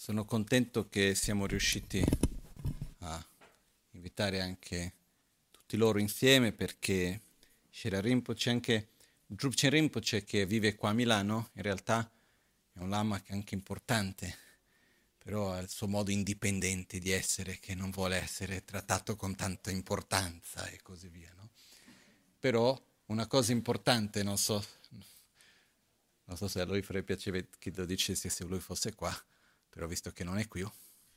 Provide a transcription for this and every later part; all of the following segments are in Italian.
Sono contento che siamo riusciti a invitare anche tutti loro insieme perché Shira Rinpoche, anche Drupchen Rinpoche che vive qua a Milano, in realtà è un lama che è anche importante, però ha il suo modo indipendente di essere che non vuole essere trattato con tanta importanza e così via, no? Però una cosa importante, non so se a lui farebbe piacere che lo dicessi se lui fosse qua, però visto che non è qui.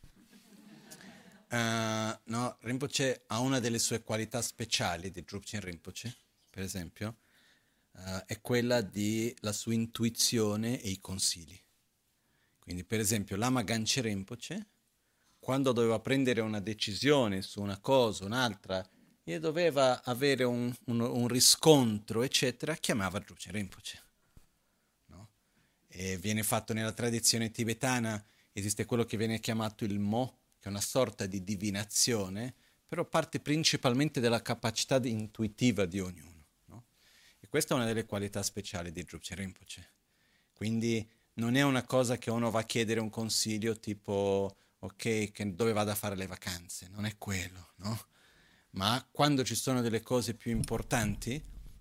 No, Rinpoche ha una delle sue qualità speciali di Drupchen Rinpoche, per esempio, è quella di la sua intuizione e i consigli. Quindi, per esempio, Lama Ganche Rinpoche, quando doveva prendere una decisione su una cosa, un'altra, e doveva avere un riscontro, eccetera, chiamava Drupchen Rinpoche. No? E viene fatto nella tradizione tibetana, esiste quello che viene chiamato il Mo, che è una sorta di divinazione, però parte principalmente dalla capacità intuitiva di ognuno. No? E questa è una delle qualità speciali di Drupchen Rinpoche. Quindi non è una cosa che uno va a chiedere un consiglio tipo, ok, che dove vado a fare le vacanze, non è quello, no? Ma quando ci sono delle cose più importanti,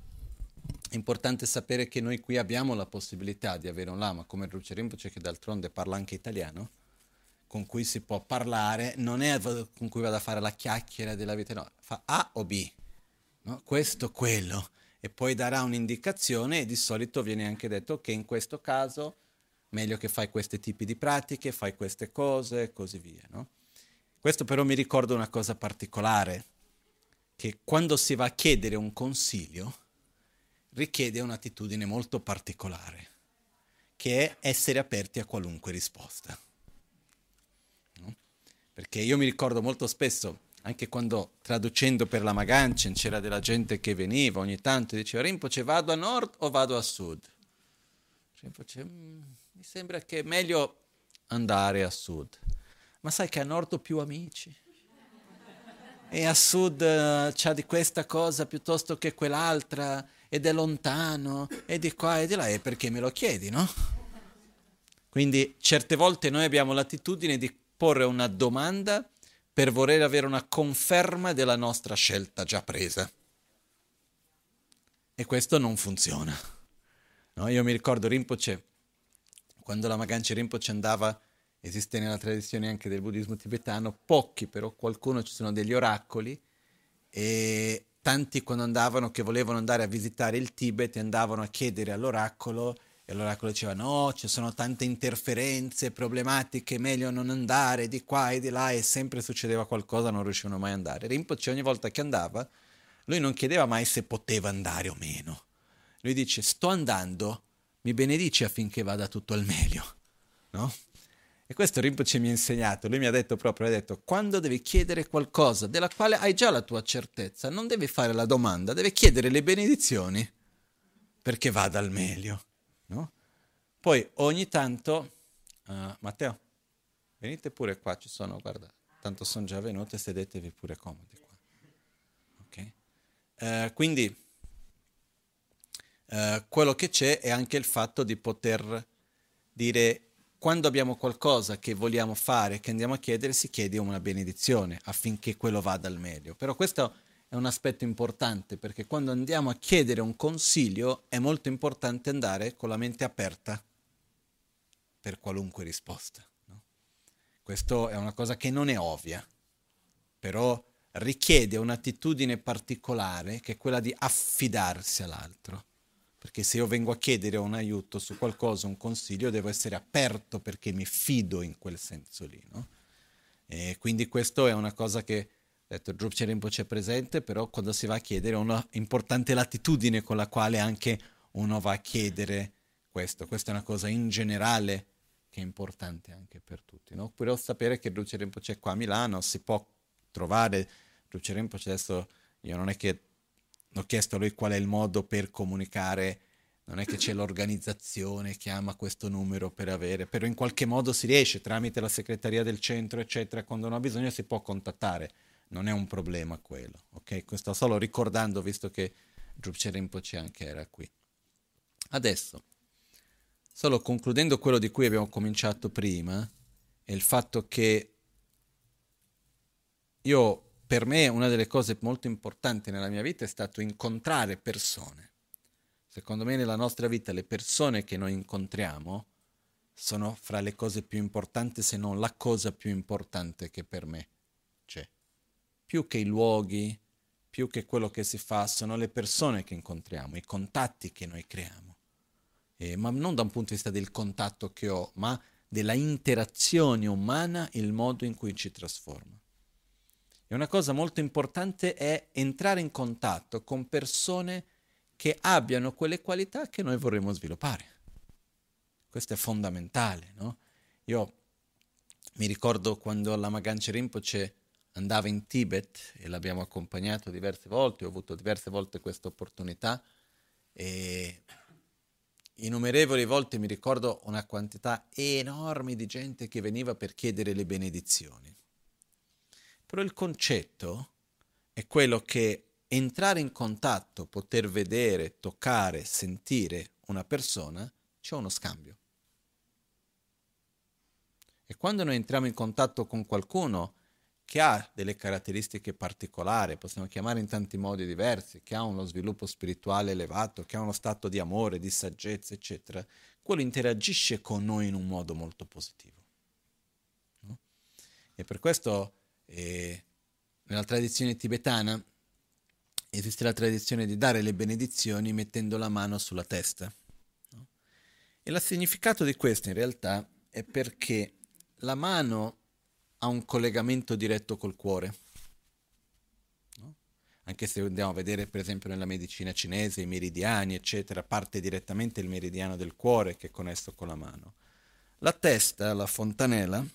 è importante sapere che noi qui abbiamo la possibilità di avere un lama come Drupchen Rinpoche, che d'altronde parla anche italiano, con cui si può parlare, non è con cui vado a fare la chiacchiera della vita, no, fa A o B, no? Questo, quello, e poi darà un'indicazione e di solito viene anche detto che in questo caso meglio che fai questi tipi di pratiche, fai queste cose e così via, no? Questo però mi ricorda una cosa particolare, che quando si va a chiedere un consiglio richiede un'attitudine molto particolare, che è essere aperti a qualunque risposta. No? Perché io mi ricordo molto spesso, anche quando traducendo per la Maganchen c'era della gente che veniva ogni tanto e diceva Rinpoche vado a nord o vado a sud? Rinpoche, mi sembra che è meglio andare a sud. Ma sai che a nord ho più amici? E a sud c'ha di questa cosa piuttosto che quell'altra, ed è lontano, e di qua e di là, e perché me lo chiedi, no? Quindi certe volte noi abbiamo l'attitudine di porre una domanda per voler avere una conferma della nostra scelta già presa. E questo non funziona. No? Io mi ricordo Rinpoche, quando la Maganche Rinpoche andava, esiste nella tradizione anche del buddismo tibetano, pochi però, qualcuno ci sono degli oracoli, e tanti quando andavano, che volevano andare a visitare il Tibet, andavano a chiedere all'oracolo, e l'oracolo diceva no, ci sono tante interferenze, problematiche, meglio non andare di qua e di là, e sempre succedeva qualcosa, non riuscivano mai ad andare. Rinpoche ogni volta che andava, lui non chiedeva mai se poteva andare o meno. Lui dice, sto andando, mi benedici affinché vada tutto al meglio, no? E questo Rinpoche mi ha insegnato, lui mi ha detto proprio, ha detto, quando devi chiedere qualcosa della quale hai già la tua certezza, non devi fare la domanda, devi chiedere le benedizioni perché vada al meglio, no? Poi ogni tanto, Matteo, venite pure qua, ci sono, guarda, tanto sono già venute, sedetevi pure comodi qua, ok? Quindi quello che c'è è anche il fatto di poter dire quando abbiamo qualcosa che vogliamo fare, che andiamo a chiedere, si chiede una benedizione affinché quello vada al meglio. Però questo è un aspetto importante perché quando andiamo a chiedere un consiglio è molto importante andare con la mente aperta per qualunque risposta. No? Questo è una cosa che non è ovvia, però richiede un'attitudine particolare che è quella di affidarsi all'altro. Perché se io vengo a chiedere un aiuto su qualcosa, un consiglio, devo essere aperto perché mi fido in quel senso lì, no? E quindi questo è una cosa che, detto, Drupchen Rinpoche è presente, però quando si va a chiedere è importante l'attitudine con la quale anche uno va a chiedere questo. Questa è una cosa in generale che è importante anche per tutti, no? Però sapere che Drupchen Rinpoche è qua a Milano, si può trovare Drupchen Rinpoche, adesso io non è che ho chiesto a lui qual è il modo per comunicare, non è che c'è l'organizzazione, chiama questo numero per avere, però in qualche modo si riesce tramite la segreteria del centro, eccetera, quando uno ha bisogno si può contattare, non è un problema quello, ok? Sto solo ricordando, visto che Drupchen Rinpoche anche era qui. Adesso, solo concludendo quello di cui abbiamo cominciato prima, è il fatto che per me, una delle cose molto importanti nella mia vita è stato incontrare persone. Secondo me nella nostra vita le persone che noi incontriamo sono fra le cose più importanti, se non la cosa più importante che per me c'è. Più che i luoghi, più che quello che si fa, sono le persone che incontriamo, i contatti che noi creiamo. Ma non da un punto di vista del contatto che ho, ma della interazione umana, il modo in cui ci trasforma. E una cosa molto importante è entrare in contatto con persone che abbiano quelle qualità che noi vorremmo sviluppare. Questo è fondamentale, no? Io mi ricordo quando la Magancia Rinpoche andava in Tibet e l'abbiamo accompagnato diverse volte, ho avuto diverse volte questa opportunità e innumerevoli volte mi ricordo una quantità enorme di gente che veniva per chiedere le benedizioni. Però il concetto è quello che entrare in contatto, poter vedere, toccare, sentire una persona, c'è uno scambio. E quando noi entriamo in contatto con qualcuno che ha delle caratteristiche particolari, possiamo chiamare in tanti modi diversi, che ha uno sviluppo spirituale elevato, che ha uno stato di amore, di saggezza, eccetera, quello interagisce con noi in un modo molto positivo. No? E per questo nella tradizione tibetana esiste la tradizione di dare le benedizioni mettendo la mano sulla testa. No? E il significato di questo in realtà è perché la mano ha un collegamento diretto col cuore. No? Anche se andiamo a vedere per esempio nella medicina cinese i meridiani, eccetera, parte direttamente il meridiano del cuore che è connesso con la mano. La testa, la fontanella,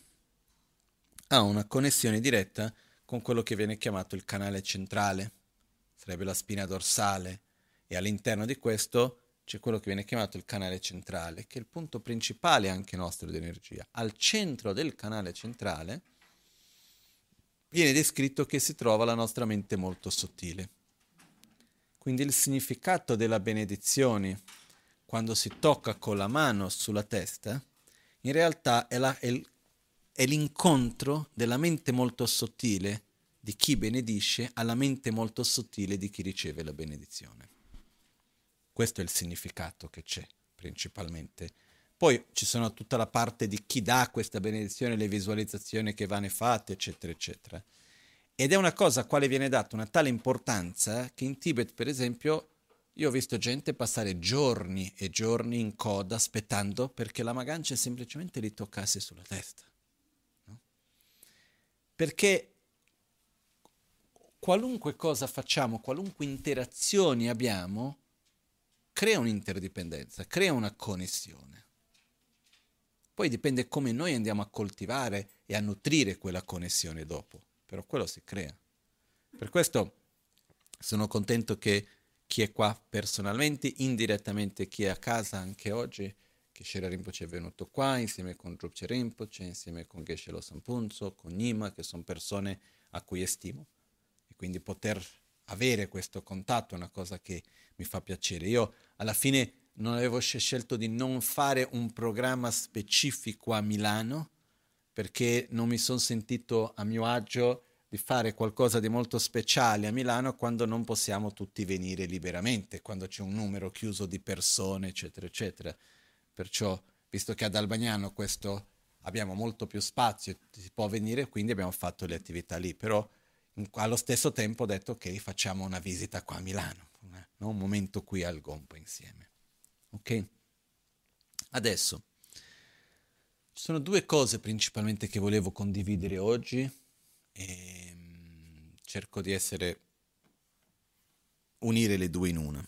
ha una connessione diretta con quello che viene chiamato il canale centrale, sarebbe la spina dorsale, e all'interno di questo c'è quello che viene chiamato il canale centrale, che è il punto principale anche nostro di energia. Al centro del canale centrale viene descritto che si trova la nostra mente molto sottile. Quindi il significato della benedizione, quando si tocca con la mano sulla testa, in realtà è l'incontro della mente molto sottile di chi benedisce alla mente molto sottile di chi riceve la benedizione. Questo è il significato che c'è principalmente. Poi ci sono tutta la parte di chi dà questa benedizione, le visualizzazioni che vanno fatte, eccetera, eccetera. Ed è una cosa a quale viene data una tale importanza che in Tibet, per esempio, io ho visto gente passare giorni e giorni in coda aspettando perché la Magancia semplicemente li toccasse sulla testa. No? Perché qualunque cosa facciamo, qualunque interazioni abbiamo, crea un'interdipendenza, crea una connessione. Poi dipende come noi andiamo a coltivare e a nutrire quella connessione dopo, però quello si crea. Per questo sono contento che chi è qua personalmente, indirettamente chi è a casa anche oggi, che Shira Rinpoche è venuto qua insieme con Drupche Rinpoche, insieme con Geshe Lo Sampunso, con Nima, che sono persone a cui estimo. E quindi poter avere questo contatto è una cosa che mi fa piacere. Io alla fine non avevo scelto di non fare un programma specifico a Milano perché non mi sono sentito a mio agio di fare qualcosa di molto speciale a Milano quando non possiamo tutti venire liberamente, quando c'è un numero chiuso di persone, eccetera, eccetera. Perciò, visto che ad Albagnano questo abbiamo molto più spazio, si può venire, quindi abbiamo fatto le attività lì, però allo stesso tempo ho detto ok, facciamo una visita qua a Milano, no? Un momento qui al Gompa insieme. Ok? Adesso, ci sono due cose principalmente che volevo condividere oggi e cerco di unire le due in una.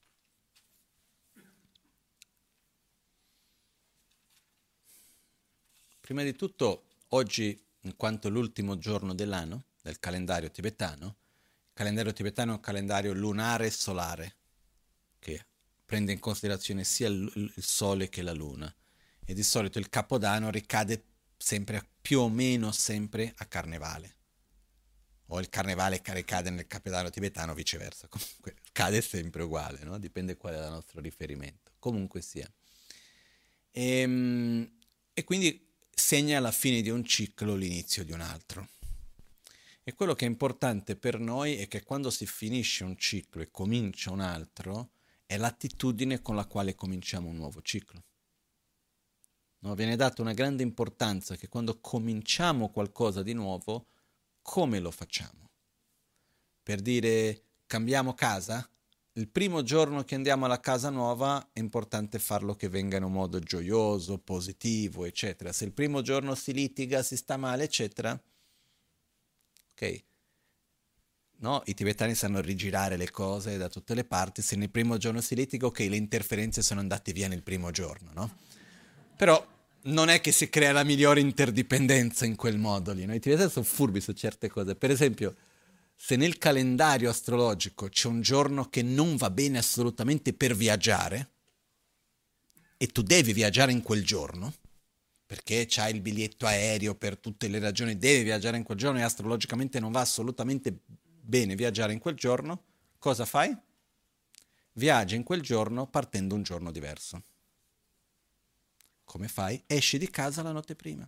Prima di tutto, oggi, in quanto l'ultimo giorno dell'anno, del calendario tibetano, il calendario tibetano è un calendario lunare e solare, che prende in considerazione sia il Sole che la Luna. E di solito il Capodanno ricade sempre, più o meno sempre a Carnevale. O il Carnevale ricade nel Capodanno tibetano, viceversa. Comunque cade sempre uguale, no? Dipende qual è il nostro riferimento. Comunque sia. E quindi segna la fine di un ciclo, l'inizio di un altro. E quello che è importante per noi è che quando si finisce un ciclo e comincia un altro, è l'attitudine con la quale cominciamo un nuovo ciclo. No? Viene data una grande importanza che quando cominciamo qualcosa di nuovo, come lo facciamo? Per dire, cambiamo casa? Il primo giorno che andiamo alla casa nuova è importante farlo che venga in un modo gioioso, positivo, eccetera. Se il primo giorno si litiga, si sta male, eccetera, ok? No? I tibetani sanno rigirare le cose da tutte le parti. Se nel primo giorno si litiga, ok, le interferenze sono andate via nel primo giorno, no? Però non è che si crea la migliore interdipendenza in quel modo lì, no? I tibetani sono furbi su certe cose. Per esempio, se nel calendario astrologico c'è un giorno che non va bene assolutamente per viaggiare, e tu devi viaggiare in quel giorno, perché c'hai il biglietto aereo per tutte le ragioni, devi viaggiare in quel giorno e astrologicamente non va assolutamente bene viaggiare in quel giorno, cosa fai? Viaggi in quel giorno partendo un giorno diverso. Come fai? Esci di casa la notte prima.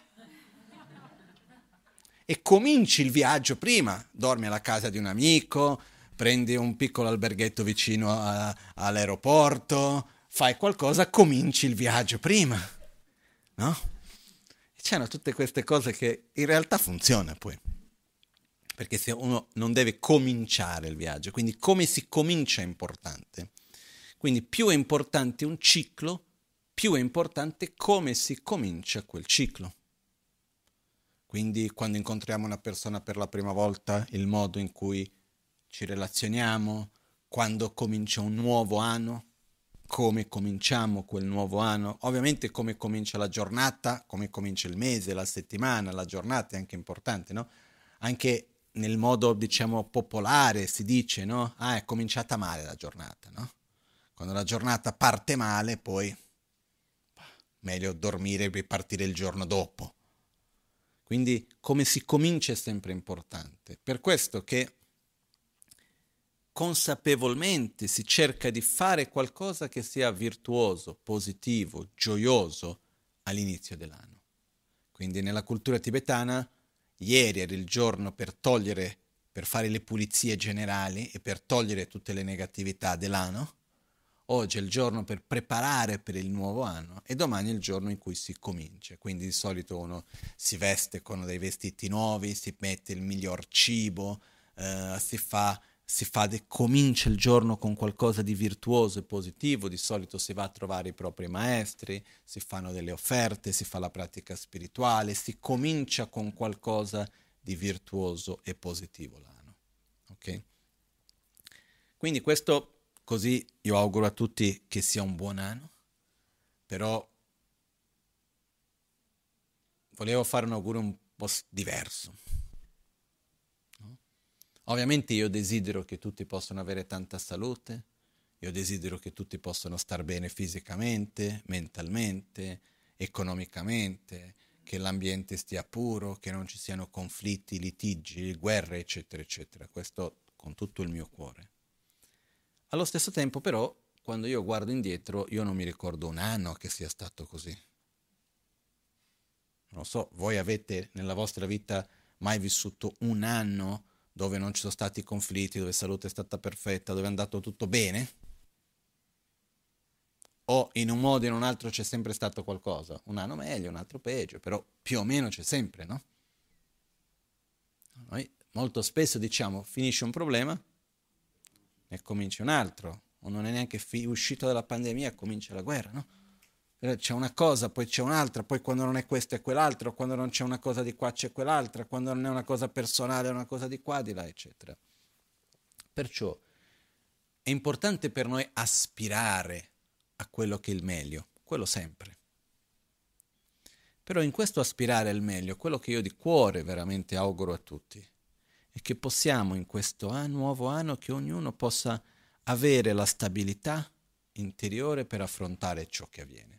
E cominci il viaggio prima, dormi alla casa di un amico, prendi un piccolo alberghetto vicino all'aeroporto, fai qualcosa, cominci il viaggio prima, no? E c'erano tutte queste cose che in realtà funzionano poi, perché se uno non deve cominciare il viaggio, quindi come si comincia è importante. Quindi più è importante un ciclo, più è importante come si comincia quel ciclo. Quindi quando incontriamo una persona per la prima volta, il modo in cui ci relazioniamo, quando comincia un nuovo anno, come cominciamo quel nuovo anno, ovviamente come comincia la giornata, come comincia il mese, la settimana, la giornata è anche importante, no? Anche nel modo, diciamo, popolare si dice, no? Ah, è cominciata male la giornata, no? Quando la giornata parte male, poi meglio dormire e ripartire il giorno dopo. Quindi come si comincia è sempre importante. Per questo che consapevolmente si cerca di fare qualcosa che sia virtuoso, positivo, gioioso all'inizio dell'anno. Quindi nella cultura tibetana ieri era il giorno per fare le pulizie generali e per togliere tutte le negatività dell'anno. Oggi è il giorno per preparare per il nuovo anno e domani è il giorno in cui si comincia. Quindi di solito uno si veste con dei vestiti nuovi, si mette il miglior cibo, comincia il giorno con qualcosa di virtuoso e positivo. Di solito si va a trovare i propri maestri, si fanno delle offerte, si fa la pratica spirituale, si comincia con qualcosa di virtuoso e positivo l'anno. Ok? Quindi questo... Così io auguro a tutti che sia un buon anno, però volevo fare un augurio un po' diverso. No? Ovviamente io desidero che tutti possano avere tanta salute, io desidero che tutti possano star bene fisicamente, mentalmente, economicamente, che l'ambiente stia puro, che non ci siano conflitti, litigi, guerre, eccetera, eccetera. Questo con tutto il mio cuore. Allo stesso tempo, però, quando io guardo indietro, io non mi ricordo un anno che sia stato così. Non so, voi avete nella vostra vita mai vissuto un anno dove non ci sono stati conflitti, dove la salute è stata perfetta, dove è andato tutto bene? O in un modo o in un altro c'è sempre stato qualcosa? Un anno meglio, un altro peggio, però più o meno c'è sempre, no? Noi molto spesso diciamo, finisce un problema, ne comincia un altro, o non è neanche uscito dalla pandemia, comincia la guerra, no? C'è una cosa, poi c'è un'altra, poi quando non è questo è quell'altro, quando non c'è una cosa di qua c'è quell'altra, quando non è una cosa personale è una cosa di qua, di là, eccetera. Perciò è importante per noi aspirare a quello che è il meglio, quello sempre. Però in questo aspirare al meglio, quello che io di cuore veramente auguro a tutti, è che possiamo in questo nuovo anno, che ognuno possa avere la stabilità interiore per affrontare ciò che avviene.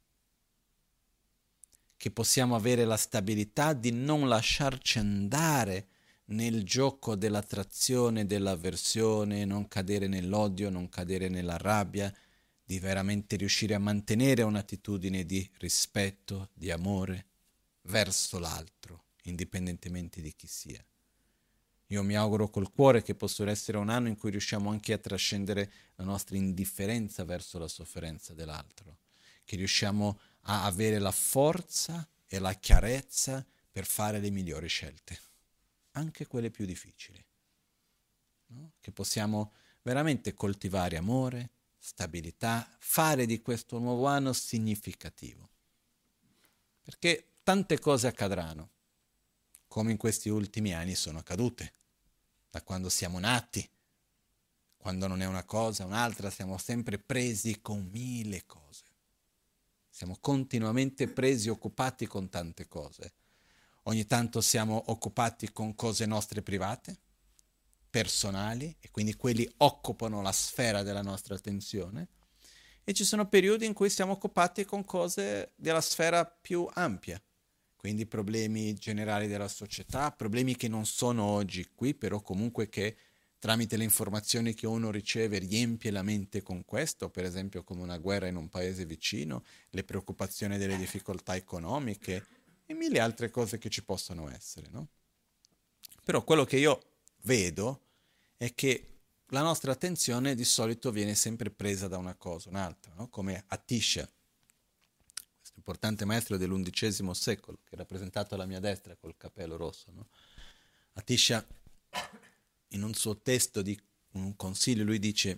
Che possiamo avere la stabilità di non lasciarci andare nel gioco dell'attrazione, dell'avversione, non cadere nell'odio, non cadere nella rabbia, di veramente riuscire a mantenere un'attitudine di rispetto, di amore, verso l'altro, indipendentemente di chi sia. Io mi auguro col cuore che possa essere un anno in cui riusciamo anche a trascendere la nostra indifferenza verso la sofferenza dell'altro, che riusciamo a avere la forza e la chiarezza per fare le migliori scelte, anche quelle più difficili, no? Che possiamo veramente coltivare amore, stabilità, fare di questo nuovo anno significativo. Perché tante cose accadranno, come in questi ultimi anni sono accadute, da quando siamo nati. Quando non è una cosa, un'altra, siamo sempre presi con 1000 cose. Siamo continuamente presi, occupati con tante cose. Ogni tanto siamo occupati con cose nostre private, personali, e quindi quelli occupano la sfera della nostra attenzione. E ci sono periodi in cui siamo occupati con cose della sfera più ampia. Quindi problemi generali della società, problemi che non sono oggi qui, però comunque che tramite le informazioni che uno riceve riempie la mente con questo, per esempio come una guerra in un paese vicino, le preoccupazioni delle difficoltà economiche e 1000 altre cose che ci possono essere, no? Però quello che io vedo è che la nostra attenzione di solito viene sempre presa da una cosa, un'altra, no? Come Atisha, questo importante maestro dell'undicesimo secolo, che è rappresentato alla mia destra col cappello rosso, no? Atisha, in un suo testo di un consiglio, lui dice: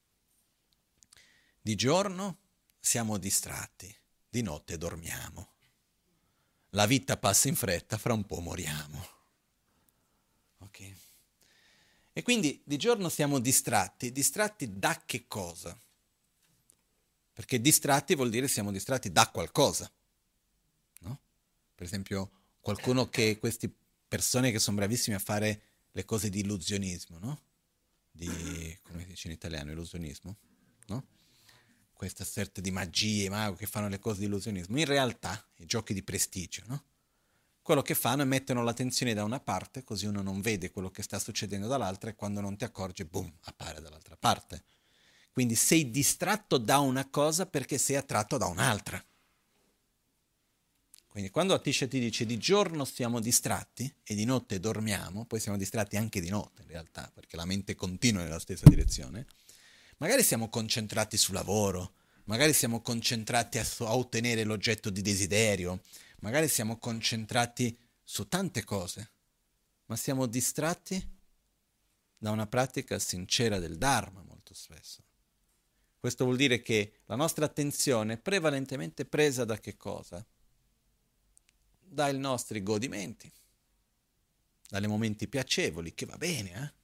di giorno siamo distratti, di notte dormiamo. La vita passa in fretta, fra un po' moriamo. Ok? E quindi di giorno siamo distratti da che cosa? Perché distratti vuol dire siamo distratti da qualcosa, no? Per esempio, queste persone che sono bravissime a fare le cose di illusionismo, no? Come si dice in italiano, illusionismo, no? Questa sorta di magie, mago che fanno le cose di illusionismo. In realtà, i giochi di prestigio, no? Quello che fanno è mettono l'attenzione da una parte, così uno non vede quello che sta succedendo dall'altra e quando non ti accorgi, boom, appare dall'altra parte. Quindi sei distratto da una cosa perché sei attratto da un'altra. Quindi quando Atisha ti dice di giorno siamo distratti e di notte dormiamo, poi siamo distratti anche di notte in realtà, perché la mente continua nella stessa direzione, magari siamo concentrati sul lavoro, magari siamo concentrati a ottenere l'oggetto di desiderio, magari siamo concentrati su tante cose, ma siamo distratti da una pratica sincera del Dharma molto spesso. Questo vuol dire che la nostra attenzione è prevalentemente presa da che cosa? Dai nostri godimenti, dai momenti piacevoli, che va bene, eh?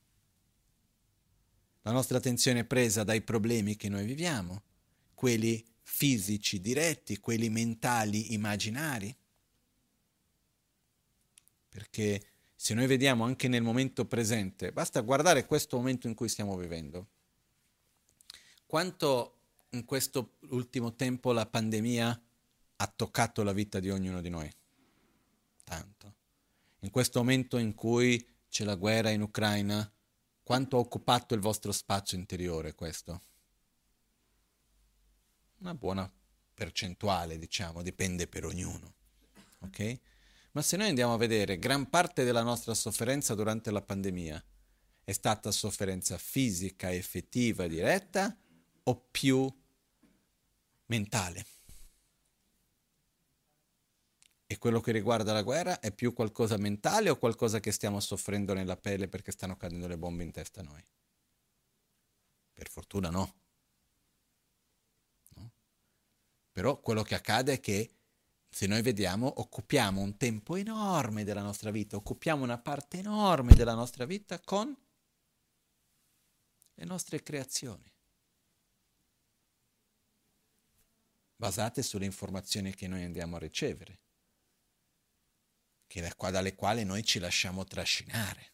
La nostra attenzione è presa dai problemi che noi viviamo, quelli fisici diretti, quelli mentali immaginari. Perché se noi vediamo anche nel momento presente, basta guardare questo momento in cui stiamo vivendo, quanto in questo ultimo tempo la pandemia ha toccato la vita di ognuno di noi. Tanto. In questo momento in cui c'è la guerra in Ucraina, quanto ha occupato il vostro spazio interiore questo? Una buona percentuale, diciamo, dipende per ognuno. Ok? Ma se noi andiamo a vedere, gran parte della nostra sofferenza durante la pandemia è stata sofferenza fisica, effettiva, diretta o più mentale? E quello che riguarda la guerra è più qualcosa mentale o qualcosa che stiamo soffrendo nella pelle perché stanno cadendo le bombe in testa a noi? Per fortuna no. No? Però quello che accade è che se noi vediamo, occupiamo un tempo enorme della nostra vita, occupiamo una parte enorme della nostra vita con le nostre creazioni, basate sulle informazioni che noi andiamo a ricevere, dalle quali noi ci lasciamo trascinare.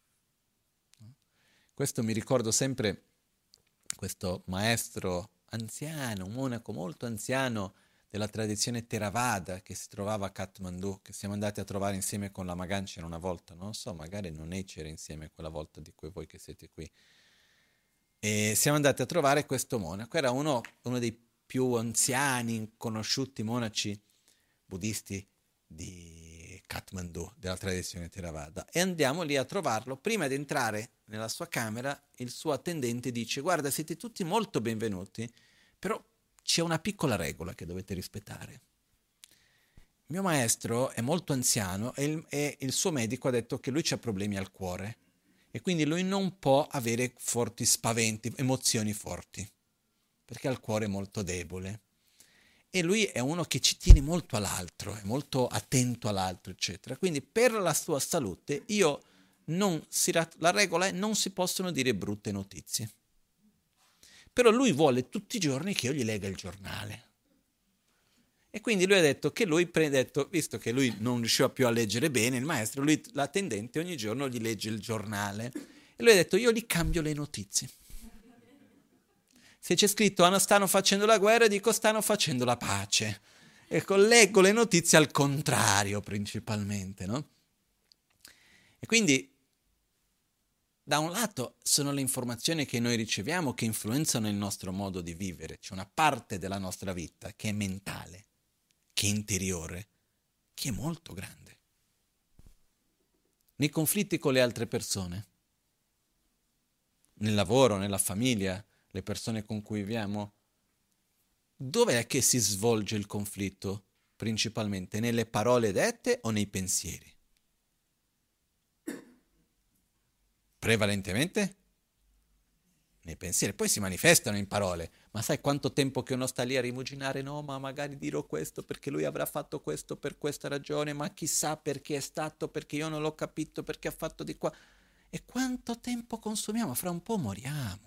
Questo mi ricordo sempre questo maestro anziano, un monaco molto anziano della tradizione Theravada che si trovava a Kathmandu, che siamo andati a trovare insieme con la Magancia una volta, non so, magari non è c'era insieme quella volta di cui voi che siete qui. E siamo andati a trovare questo monaco, era uno dei più anziani, conosciuti monaci buddisti di Kathmandu, della tradizione Theravada, e andiamo lì a trovarlo. Prima di entrare nella sua camera, il suo attendente dice: guarda, siete tutti molto benvenuti, però c'è una piccola regola che dovete rispettare. Il mio maestro è molto anziano e il suo medico ha detto che lui ha problemi al cuore e quindi lui non può avere forti spaventi, emozioni forti, perché ha il cuore molto debole. E lui è uno che ci tiene molto all'altro, è molto attento all'altro, eccetera. Quindi per la sua salute la regola è non si possono dire brutte notizie. Però lui vuole tutti i giorni che io gli legga il giornale. E quindi lui ha detto che visto che lui non riusciva più a leggere bene, il maestro, l'attendente ogni giorno gli legge il giornale. E lui ha detto: io gli cambio le notizie. Se c'è scritto stanno facendo la guerra, dico stanno facendo la pace. Ecco, leggo le notizie al contrario principalmente, no? E quindi, da un lato, sono le informazioni che noi riceviamo che influenzano il nostro modo di vivere. C'è una parte della nostra vita che è mentale, che è interiore, che è molto grande. Nei conflitti con le altre persone, nel lavoro, nella famiglia, le persone con cui viviamo, dov'è che si svolge il conflitto? Principalmente nelle parole dette o nei pensieri? Prevalentemente nei pensieri, poi si manifestano in parole, ma sai quanto tempo che uno sta lì a rimuginare? No, ma magari dirò questo perché lui avrà fatto questo per questa ragione, ma chissà perché è stato, perché io non l'ho capito, perché ha fatto di qua. E quanto tempo consumiamo? Fra un po' moriamo.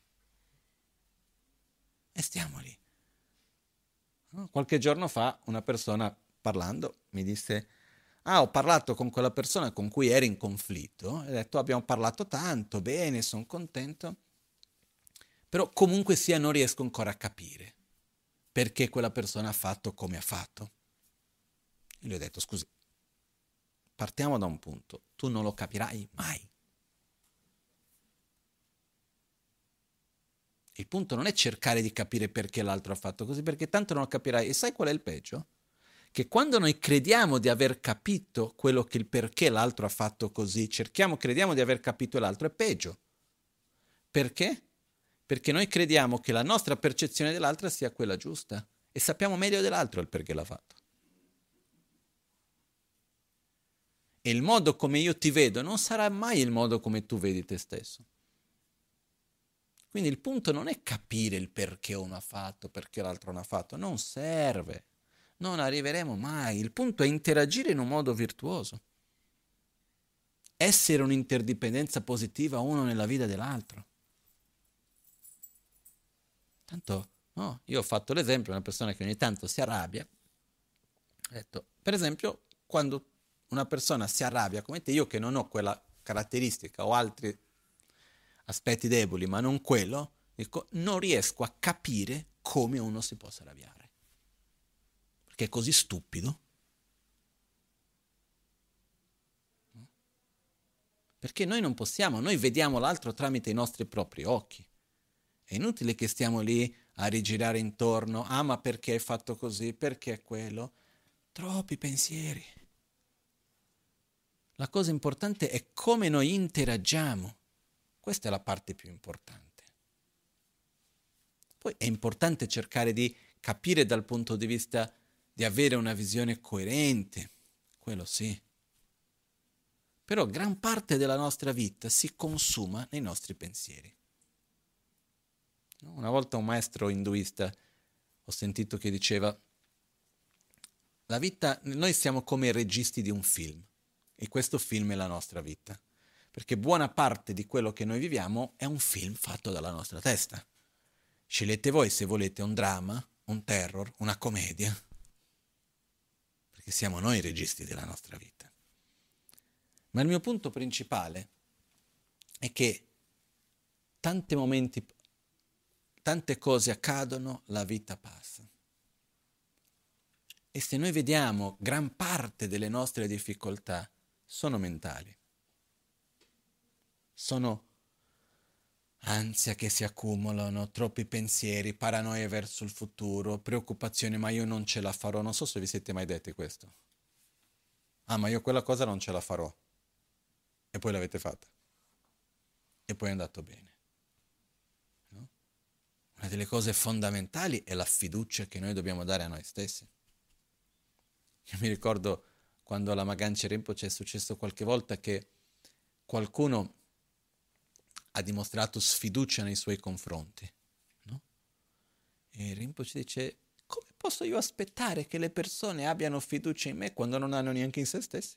E stiamo lì. Qualche giorno fa una persona parlando mi disse: ho parlato con quella persona con cui eri in conflitto, e ho detto abbiamo parlato tanto, bene, sono contento, però comunque sia non riesco ancora a capire perché quella persona ha fatto come ha fatto. E gli ho detto: scusi, partiamo da un punto, tu non lo capirai mai. Il punto non è cercare di capire perché l'altro ha fatto così, perché tanto non lo capirai. E sai qual è il peggio? Che quando noi crediamo di aver capito quello che il perché l'altro ha fatto così, crediamo di aver capito l'altro, è peggio. Perché? Perché noi crediamo che la nostra percezione dell'altro sia quella giusta e sappiamo meglio dell'altro il perché l'ha fatto. E il modo come io ti vedo non sarà mai il modo come tu vedi te stesso. Quindi il punto non è capire il perché uno ha fatto, perché l'altro non ha fatto, non serve. Non arriveremo mai. Il punto è interagire in un modo virtuoso. Essere un'interdipendenza positiva uno nella vita dell'altro. Tanto, no, io ho fatto l'esempio di una persona che ogni tanto si arrabbia. Ho detto, per esempio, quando una persona si arrabbia come te, io che non ho quella caratteristica o altri aspetti deboli, ma non quello, dico, non riesco a capire come uno si possa arrabbiare. Perché è così stupido. Perché noi non possiamo, noi vediamo l'altro tramite i nostri propri occhi. È inutile che stiamo lì a rigirare intorno, ma perché hai fatto così, perché quello? Troppi pensieri. La cosa importante è come noi interagiamo. Questa è la parte più importante. Poi è importante cercare di capire dal punto di vista di avere una visione coerente, quello sì. Però gran parte della nostra vita si consuma nei nostri pensieri. Una volta un maestro induista ho sentito che diceva: la vita, noi siamo come i registi di un film e questo film è la nostra vita, perché buona parte di quello che noi viviamo è un film fatto dalla nostra testa. Scegliete voi se volete un dramma, un terror, una commedia, perché siamo noi i registi della nostra vita. Ma il mio punto principale è che tanti momenti, tante cose accadono, la vita passa. E se noi vediamo gran parte delle nostre difficoltà sono mentali, sono ansia che si accumulano, troppi pensieri, paranoia verso il futuro, preoccupazione, ma io non ce la farò. Non so se vi siete mai detti questo. Ah, ma io quella cosa non ce la farò. E poi l'avete fatta. E poi è andato bene. No? Una delle cose fondamentali è la fiducia che noi dobbiamo dare a noi stessi. Io mi ricordo quando alla Maganci Rinpoche è successo qualche volta che qualcuno ha dimostrato sfiducia nei suoi confronti. No? E Rinpoche dice, come posso io aspettare che le persone abbiano fiducia in me quando non hanno neanche in se stessi?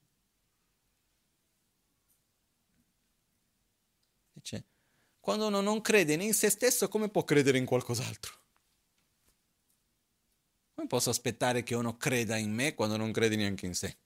Dice, quando uno non crede né in se stesso, come può credere in qualcos'altro? Come posso aspettare che uno creda in me quando non crede neanche in sé?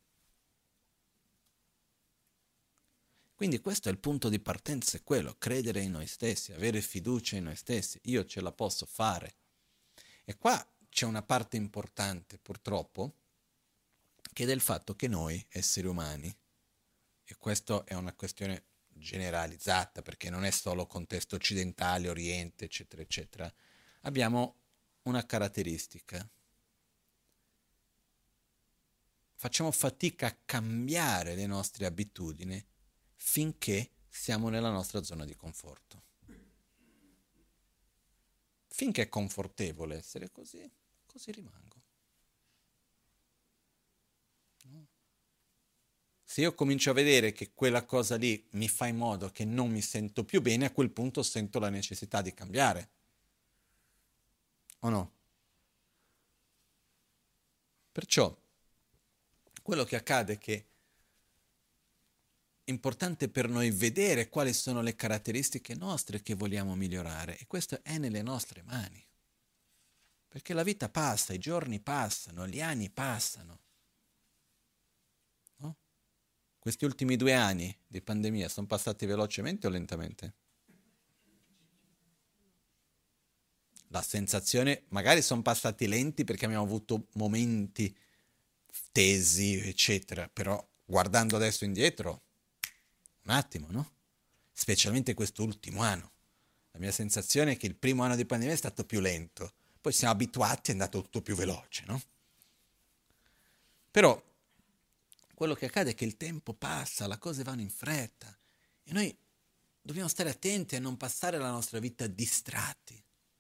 Quindi questo è il punto di partenza, è quello, credere in noi stessi, avere fiducia in noi stessi. Io ce la posso fare. E qua c'è una parte importante, purtroppo, che è del fatto che noi, esseri umani, e questa è una questione generalizzata, perché non è solo contesto occidentale, oriente, eccetera, eccetera, abbiamo una caratteristica. Facciamo fatica a cambiare le nostre abitudini finché siamo nella nostra zona di conforto. Finché è confortevole essere così, così rimango. No? Se io comincio a vedere che quella cosa lì mi fa in modo che non mi sento più bene, a quel punto sento la necessità di cambiare. O no? Perciò quello che accade è che è importante per noi vedere quali sono le caratteristiche nostre che vogliamo migliorare e questo è nelle nostre mani. Perché la vita passa, i giorni passano, gli anni passano. No? Questi ultimi 2 anni di pandemia sono passati velocemente o lentamente? La sensazione, magari sono passati lenti perché abbiamo avuto momenti tesi, eccetera, però guardando adesso indietro, un attimo, no? Specialmente quest'ultimo anno. La mia sensazione è che il primo anno di pandemia è stato più lento, poi siamo abituati, è andato tutto più veloce, no? Però quello che accade è che il tempo passa, le cose vanno in fretta e noi dobbiamo stare attenti a non passare la nostra vita distratti,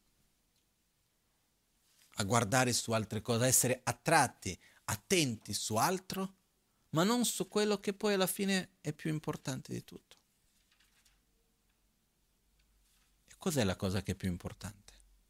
a guardare su altre cose, a essere attratti, attenti su altro, ma non su quello che poi alla fine è più importante di tutto. E cos'è la cosa che è più importante?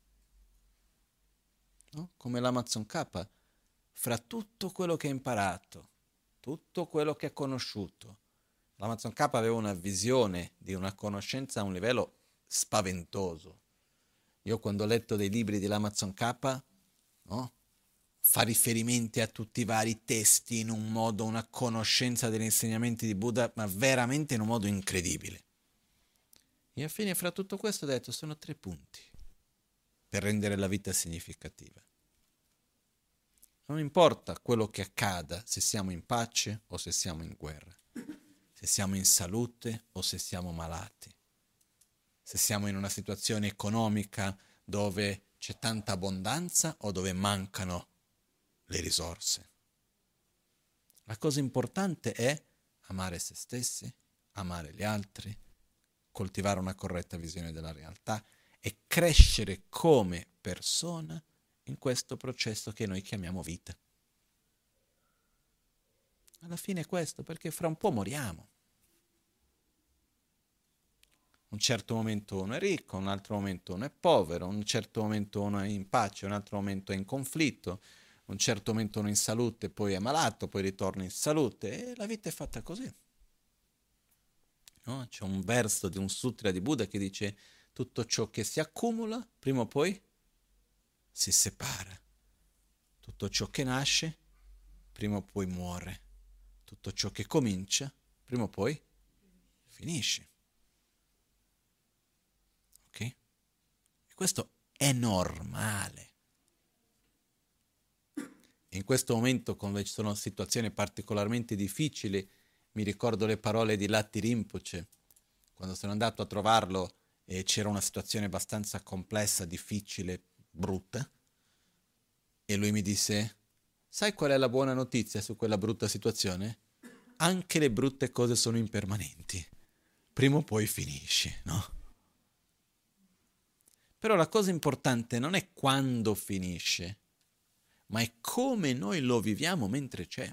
No? Come l'Amazon K, fra tutto quello che ha imparato, tutto quello che ha conosciuto, l'Amazon K aveva una visione di una conoscenza a un livello spaventoso. Io quando ho letto dei libri dell'Amazon K, no? Fa riferimenti a tutti i vari testi in un modo, una conoscenza degli insegnamenti di Buddha, ma veramente in un modo incredibile. E alla fine fra tutto questo ho detto, sono 3 punti per rendere la vita significativa. Non importa quello che accada, se siamo in pace o se siamo in guerra, se siamo in salute o se siamo malati, se siamo in una situazione economica dove c'è tanta abbondanza o dove mancano le risorse. La cosa importante è amare se stessi, amare gli altri, coltivare una corretta visione della realtà e crescere come persona in questo processo che noi chiamiamo vita. Alla fine è questo, perché fra un po' moriamo. Un certo momento uno è ricco, un altro momento uno è povero, un certo momento uno è in pace, un altro momento è in conflitto, un certo momento uno è in salute, poi è malato, poi ritorna in salute e la vita è fatta così. No? C'è un verso di un sutra di Buddha che dice tutto ciò che si accumula prima o poi si separa, tutto ciò che nasce prima o poi muore, tutto ciò che comincia prima o poi finisce. Ok? E questo è normale. In questo momento, quando ci sono situazioni particolarmente difficili, mi ricordo le parole di Latti Rinpoche, quando sono andato a trovarlo e c'era una situazione abbastanza complessa, difficile, brutta, e lui mi disse, Sai qual è la buona notizia su quella brutta situazione? Anche le brutte cose sono impermanenti. Prima o poi finisce, no? Però la cosa importante non è quando finisce, ma è come noi lo viviamo mentre c'è.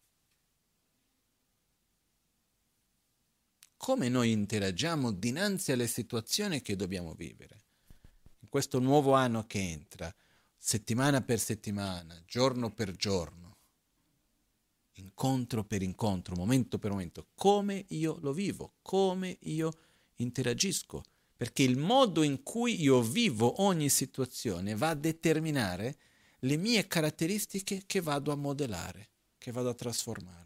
Come noi interagiamo dinanzi alle situazioni che dobbiamo vivere. In questo nuovo anno che entra, settimana per settimana, giorno per giorno, incontro per incontro, momento per momento, come io lo vivo, come io interagisco. Perché il modo in cui io vivo ogni situazione va a determinare le mie caratteristiche che vado a modellare, che vado a trasformare.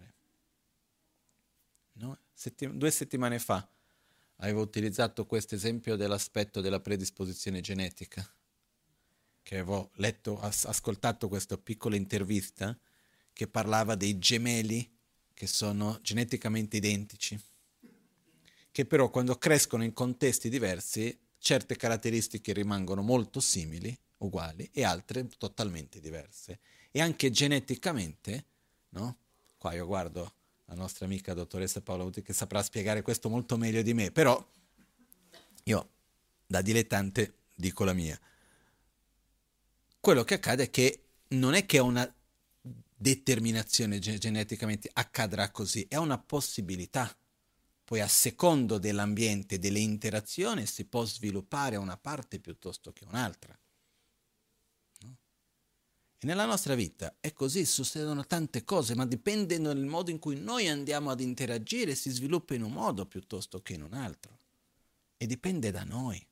No? 2 settimane fa avevo utilizzato questo esempio dell'aspetto della predisposizione genetica, che avevo letto, ascoltato questa piccola intervista che parlava dei gemelli che sono geneticamente identici, che però quando crescono in contesti diversi certe caratteristiche rimangono molto simili, uguali, e altre totalmente diverse. E anche geneticamente, no? Qua io guardo la nostra amica dottoressa Paola Uti che saprà spiegare questo molto meglio di me, però io da dilettante dico la mia. Quello che accade è che non è che è una determinazione geneticamente accadrà così, è una possibilità. Poi a secondo dell'ambiente, delle interazioni, si può sviluppare una parte piuttosto che un'altra. No? E nella nostra vita è così, succedono tante cose, ma dipende dal modo in cui noi andiamo ad interagire, si sviluppa in un modo piuttosto che in un altro. E dipende da noi.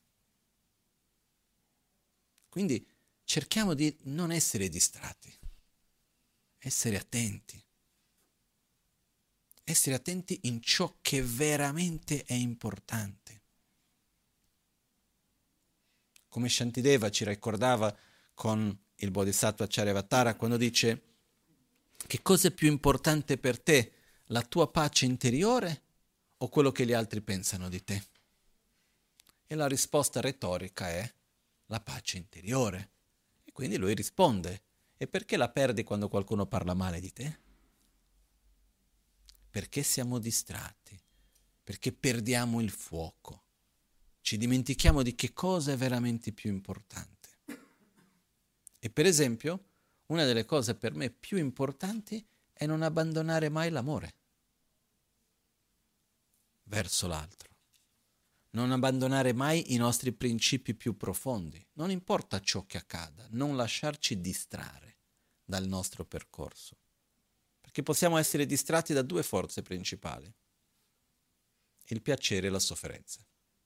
Quindi cerchiamo di non essere distratti, essere attenti. Essere attenti in ciò che veramente è importante. Come Shantideva ci ricordava con il Bodhisattva Charyavatara quando dice: che cosa è più importante per te, la tua pace interiore o quello che gli altri pensano di te? E la risposta retorica è la pace interiore. E quindi lui risponde: e perché la perdi quando qualcuno parla male di te? Perché siamo distratti, perché perdiamo il fuoco, ci dimentichiamo di che cosa è veramente più importante. E per esempio, una delle cose per me più importanti è non abbandonare mai l'amore verso l'altro, non abbandonare mai i nostri principi più profondi, non importa ciò che accada, non lasciarci distrarre dal nostro percorso. Che possiamo essere distratti da 2 forze principali, il piacere e la sofferenza.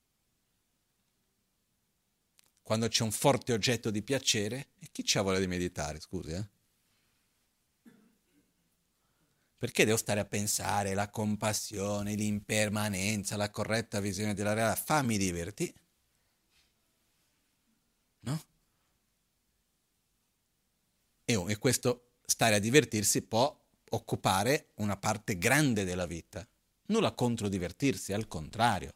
Quando c'è un forte oggetto di piacere, e chi c'ha voglia di meditare, scusi, Perché devo stare a pensare la compassione, l'impermanenza, la corretta visione della realtà? Fammi divertire, no? E questo stare a divertirsi può occupare una parte grande della vita. Nulla contro divertirsi, al contrario.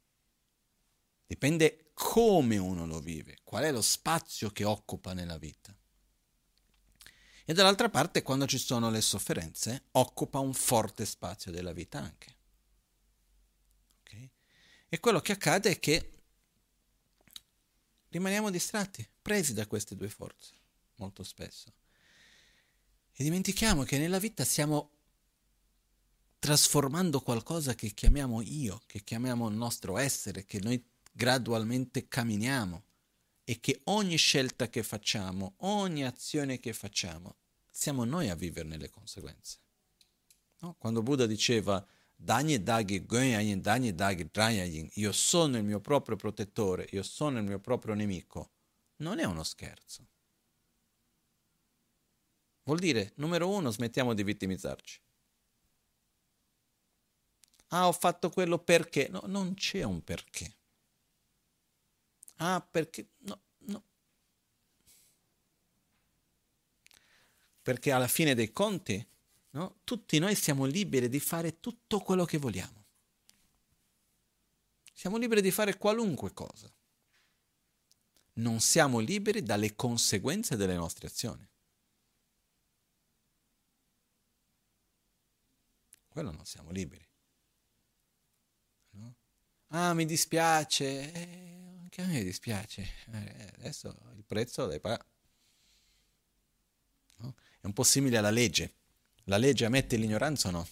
Dipende come uno lo vive, qual è lo spazio che occupa nella vita. E dall'altra parte, quando ci sono le sofferenze, occupa un forte spazio della vita anche. Okay? E quello che accade è che rimaniamo distratti, presi da queste 2 forze, molto spesso. E dimentichiamo che nella vita stiamo trasformando qualcosa che chiamiamo io, che chiamiamo il nostro essere, che noi gradualmente camminiamo e che ogni scelta che facciamo, ogni azione che facciamo, siamo noi a viverne le conseguenze. No? Quando Buddha diceva io sono il mio proprio protettore, io sono il mio proprio nemico, non è uno scherzo. Vuol dire, numero 1, smettiamo di vittimizzarci. Ho fatto quello perché. No, non c'è un perché. Perché. No. Perché alla fine dei conti, no, tutti noi siamo liberi di fare tutto quello che vogliamo. Siamo liberi di fare qualunque cosa. Non siamo liberi dalle conseguenze delle nostre azioni. quello non siamo liberi. No? Ah, mi dispiace, anche a me dispiace, adesso il prezzo lo devi pagare. No? È un po' simile alla legge. La legge ammette l'ignoranza o no?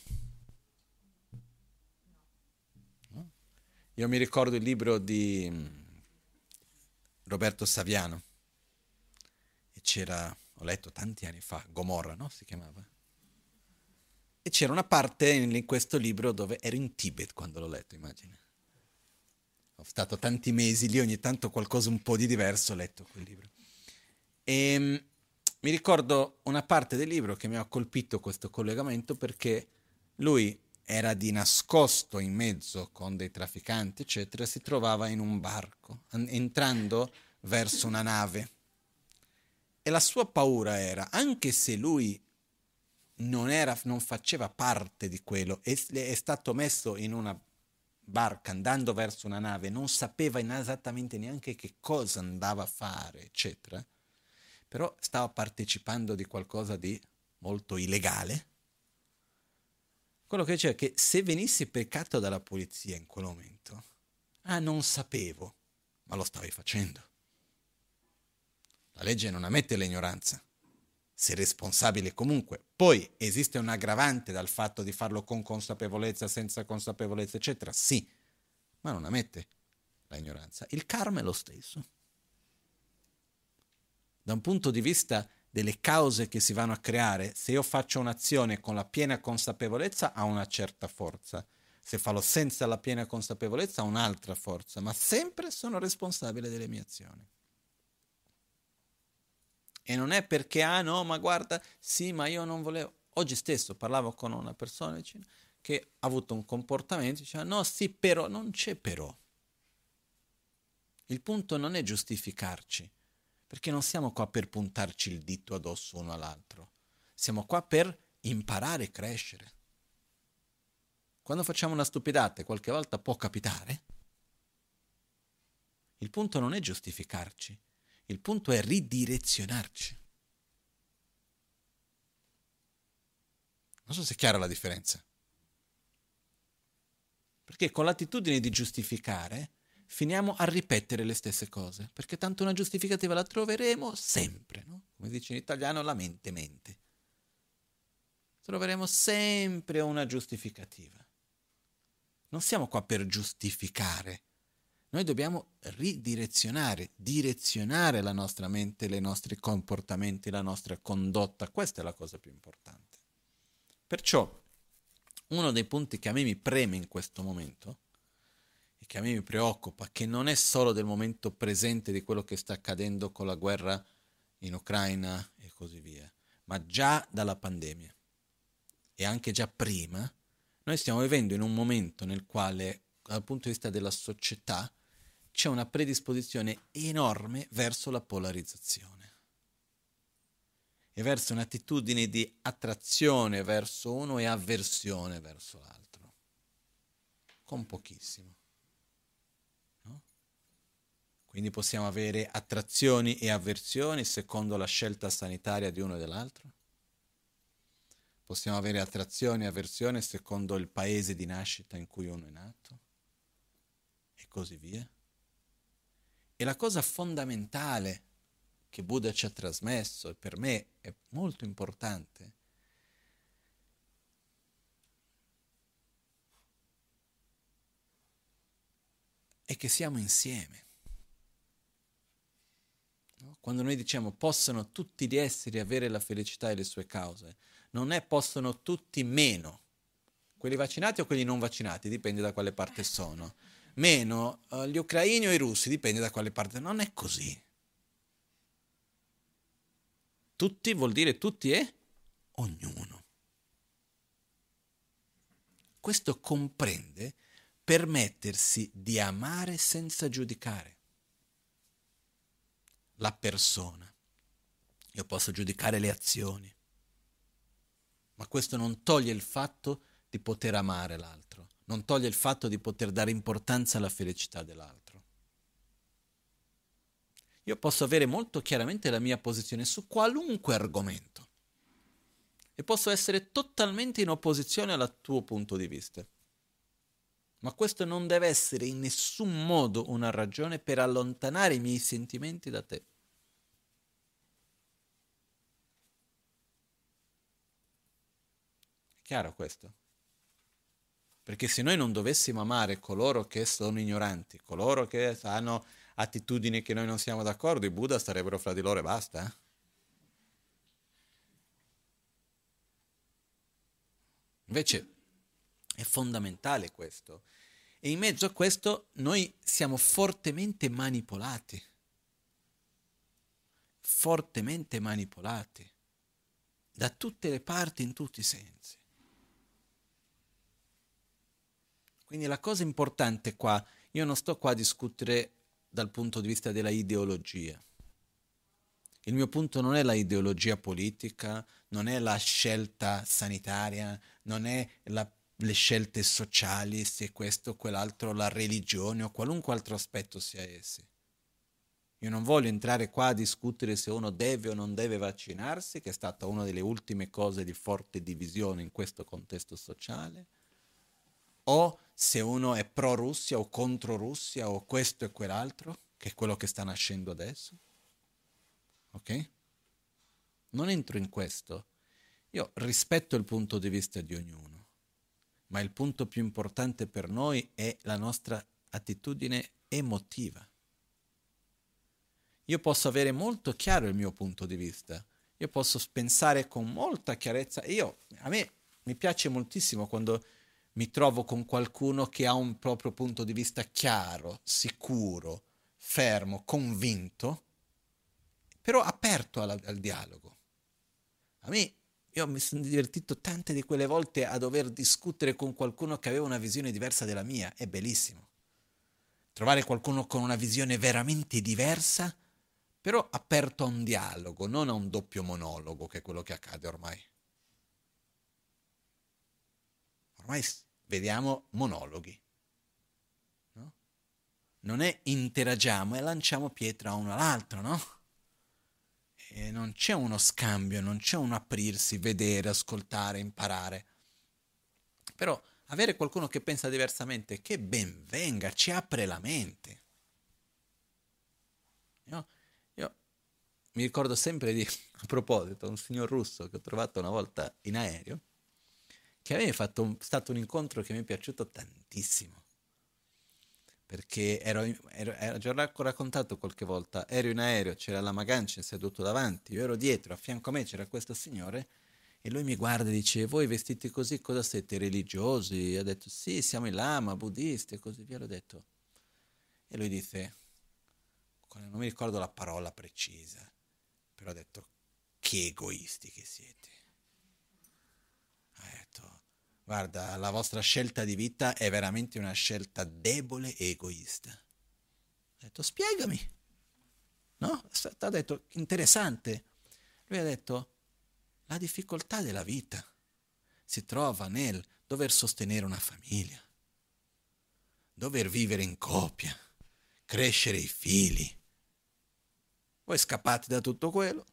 No? Io mi ricordo il libro di Roberto Saviano, e c'era, ho letto tanti anni fa, Gomorra, no? Si chiamava. E c'era una parte in questo libro dove ero in Tibet quando l'ho letto, immagina. Ho stato tanti mesi lì, ogni tanto qualcosa un po' di diverso ho letto quel libro. E mi ricordo una parte del libro che mi ha colpito questo collegamento perché lui era di nascosto in mezzo con dei trafficanti, eccetera, si trovava in un barco, entrando verso una nave. E la sua paura era, anche se lui non faceva parte di quello, è stato messo in una barca andando verso una nave, non sapeva esattamente neanche che cosa andava a fare, eccetera, però stava partecipando di qualcosa di molto illegale. Quello che diceva è che se venissi beccato dalla polizia in quel momento, non sapevo, ma lo stavi facendo. La legge non ammette l'ignoranza. Sei responsabile comunque. Poi esiste un aggravante dal fatto di farlo con consapevolezza, senza consapevolezza, eccetera. Sì, ma non ammette la ignoranza. Il karma è lo stesso. Da un punto di vista delle cause che si vanno a creare, se io faccio un'azione con la piena consapevolezza ha una certa forza. Se farlo senza la piena consapevolezza ha un'altra forza, ma sempre sono responsabile delle mie azioni. E non è perché, no, ma guarda, sì, ma io non volevo. Oggi stesso parlavo con una persona vicina che ha avuto un comportamento, diceva, no, sì, però, non c'è però. Il punto non è giustificarci, perché non siamo qua per puntarci il dito addosso uno all'altro. Siamo qua per imparare e crescere. Quando facciamo una stupidata, qualche volta può capitare, il punto non è giustificarci. Il punto è ridirezionarci. Non so se è chiara la differenza. Perché con l'attitudine di giustificare finiamo a ripetere le stesse cose, perché tanto una giustificativa la troveremo sempre, no? Come dice in italiano, la mente mente. Troveremo sempre una giustificativa. Non siamo qua per giustificare. Noi dobbiamo direzionare la nostra mente, i nostri comportamenti, la nostra condotta. Questa è la cosa più importante. Perciò, uno dei punti che a me mi preme in questo momento, e che a me mi preoccupa, che non è solo del momento presente di quello che sta accadendo con la guerra in Ucraina e così via, ma già dalla pandemia, e anche già prima, noi stiamo vivendo in un momento nel quale, dal punto di vista della società, c'è una predisposizione enorme verso la polarizzazione e verso un'attitudine di attrazione verso uno e avversione verso l'altro, con pochissimo. No? Quindi possiamo avere attrazioni e avversioni secondo la scelta sanitaria di uno e dell'altro. Possiamo avere attrazione e avversione secondo il paese di nascita in cui uno è nato e così via. E la cosa fondamentale che Buddha ci ha trasmesso, e per me è molto importante, è che siamo insieme. No? Quando noi diciamo possono tutti gli esseri avere la felicità e le sue cause, non è possono tutti meno, quelli vaccinati o quelli non vaccinati, dipende da quale parte sono, meno gli ucraini o i russi, dipende da quale parte, non è così. Tutti vuol dire tutti e ognuno. Questo comprende permettersi di amare senza giudicare la persona. Io posso giudicare le azioni, ma questo non toglie il fatto di poter amare l'altro, non toglie il fatto di poter dare importanza alla felicità dell'altro. Io posso avere molto chiaramente la mia posizione su qualunque argomento, e posso essere totalmente in opposizione al tuo punto di vista. Ma questo non deve essere in nessun modo una ragione per allontanare i miei sentimenti da te. È chiaro questo? Perché se noi non dovessimo amare coloro che sono ignoranti, coloro che hanno attitudini che noi non siamo d'accordo, i Buddha starebbero fra di loro e basta. Invece è fondamentale questo. E in mezzo a questo noi siamo fortemente manipolati. Fortemente manipolati. Da tutte le parti, in tutti i sensi. Quindi la cosa importante qua, io non sto qua a discutere dal punto di vista della ideologia. Il mio punto non è la ideologia politica, non è la scelta sanitaria, non è le scelte sociali, se questo o quell'altro, la religione o qualunque altro aspetto sia essi. Io non voglio entrare qua a discutere se uno deve o non deve vaccinarsi, che è stata una delle ultime cose di forte divisione in questo contesto sociale, o se uno è pro Russia o contro Russia o questo e quell'altro, che è quello che sta nascendo adesso. Ok? Non entro in questo. Io rispetto il punto di vista di ognuno, ma il punto più importante per noi è la nostra attitudine emotiva. Io posso avere molto chiaro il mio punto di vista, io posso pensare con molta chiarezza. A me mi piace moltissimo quando mi trovo con qualcuno che ha un proprio punto di vista chiaro, sicuro, fermo, convinto, però aperto al dialogo. Io mi sono divertito tante di quelle volte a dover discutere con qualcuno che aveva una visione diversa della mia, è bellissimo. Trovare qualcuno con una visione veramente diversa, però aperto a un dialogo, non a un doppio monologo, che è quello che accade ormai. Ormai vediamo monologhi. No? Non è interagiamo e lanciamo pietra uno all'altro, no? E non c'è uno scambio, non c'è un aprirsi, vedere, ascoltare, imparare. Però avere qualcuno che pensa diversamente, che ben venga, ci apre la mente. Io mi ricordo sempre di, a proposito, un signor russo che ho trovato una volta in aereo, che aveva stato un incontro che mi è piaciuto tantissimo. Perché ero già raccontato qualche volta, ero in aereo, c'era la Magancia seduto davanti, io ero dietro, a fianco a me c'era questo signore e lui mi guarda e dice: voi vestiti così cosa siete, religiosi? Io ho detto: sì, siamo i lama, buddisti e così via, l'ho detto. E lui dice, non mi ricordo la parola precisa, però ha detto: che egoisti che siete. Ha detto: guarda, la vostra scelta di vita è veramente una scelta debole e egoista. Ho detto: spiegami. No? Ha detto: interessante. Lui ha detto: la difficoltà della vita si trova nel dover sostenere una famiglia, dover vivere in coppia, crescere i figli. Voi scappate da tutto quello,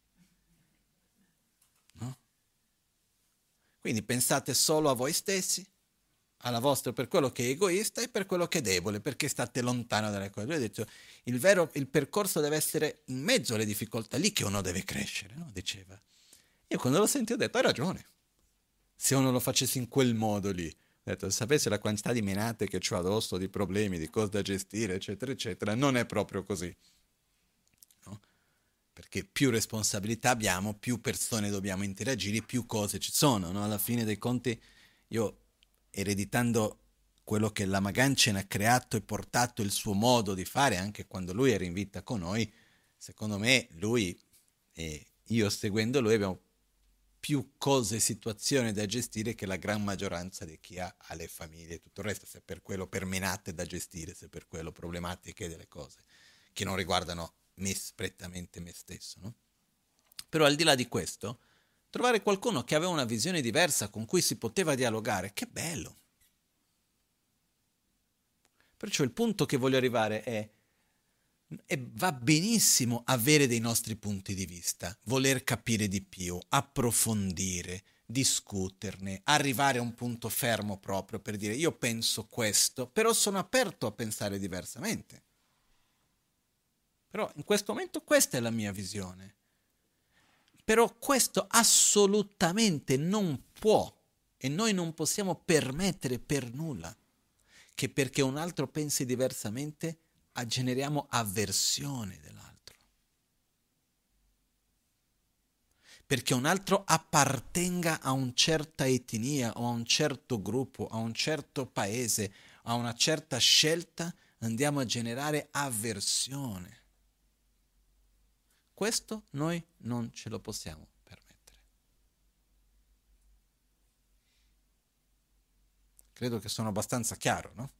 no? Quindi pensate solo a voi stessi, alla vostra, per quello che è egoista e per quello che è debole, perché state lontano dalle cose. Lui ha detto: il percorso deve essere in mezzo alle difficoltà, lì che uno deve crescere, no? Diceva. Io quando l'ho sentito ho detto: hai ragione. Se uno lo facesse in quel modo lì, ho detto: sapesse la quantità di menate che ho addosso, di problemi, di cose da gestire, eccetera, eccetera, non è proprio così. No? Perché più responsabilità abbiamo, più persone dobbiamo interagire, più cose ci sono. No? Alla fine dei conti, io, ereditando quello che la Maganchen ha creato e portato il suo modo di fare, anche quando lui era in vita con noi, secondo me lui e io seguendo lui abbiamo più cose e situazioni da gestire che la gran maggioranza di chi ha le famiglie e tutto il resto, se per quello per menate da gestire, se per quello problematiche delle cose che non riguardano me prettamente me stesso, no? Però al di là di questo, trovare qualcuno che aveva una visione diversa con cui si poteva dialogare, che bello. Perciò il punto che voglio arrivare è: E va benissimo avere dei nostri punti di vista, voler capire di più, approfondire, discuterne, arrivare a un punto fermo proprio per dire io penso questo, però sono aperto a pensare diversamente. Però in questo momento questa è la mia visione. Però questo assolutamente non può e noi non possiamo permettere per nulla che perché un altro pensi diversamente generiamo avversione dell'altro. Perché un altro appartenga a una certa etnia o a un certo gruppo, a un certo paese, a una certa scelta, andiamo a generare avversione. Questo noi non ce lo possiamo permettere. Credo che sono abbastanza chiaro, no?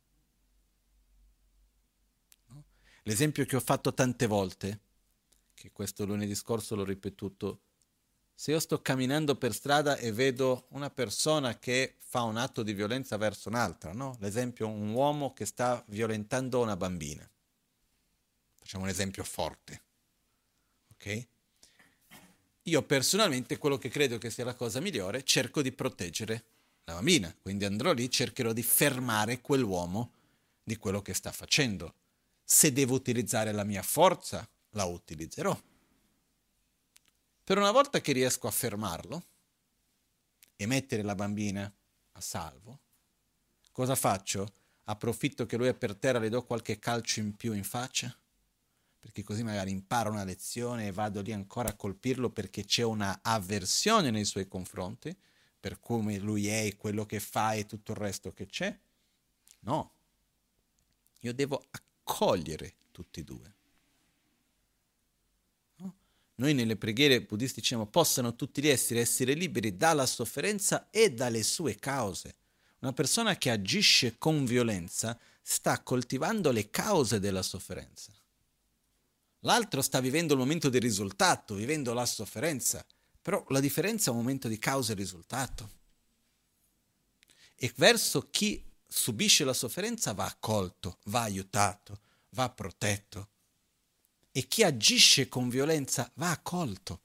L'esempio che ho fatto tante volte, che questo lunedì scorso l'ho ripetuto, se io sto camminando per strada e vedo una persona che fa un atto di violenza verso un'altra, no? L'esempio, un uomo che sta violentando una bambina. Facciamo un esempio forte, ok? Io personalmente quello che credo che sia la cosa migliore, cerco di proteggere la bambina, quindi andrò lì, cercherò di fermare quell'uomo di quello che sta facendo. Se devo utilizzare la mia forza, la utilizzerò. Per una volta che riesco a fermarlo e mettere la bambina a salvo, cosa faccio? Approfitto che lui è per terra, le do qualche calcio in più in faccia, perché così magari impara una lezione e vado lì ancora a colpirlo perché c'è una avversione nei suoi confronti, per come lui è e quello che fa e tutto il resto che c'è. No, io devo accogliere tutti e due. No? Noi nelle preghiere buddiste diciamo possano tutti gli essere liberi dalla sofferenza e dalle sue cause. Una persona che agisce con violenza sta coltivando le cause della sofferenza. L'altro sta vivendo il momento del risultato, vivendo la sofferenza, però la differenza è un momento di causa e risultato. E verso chi subisce la sofferenza va accolto, va aiutato, va protetto. E chi agisce con violenza va accolto,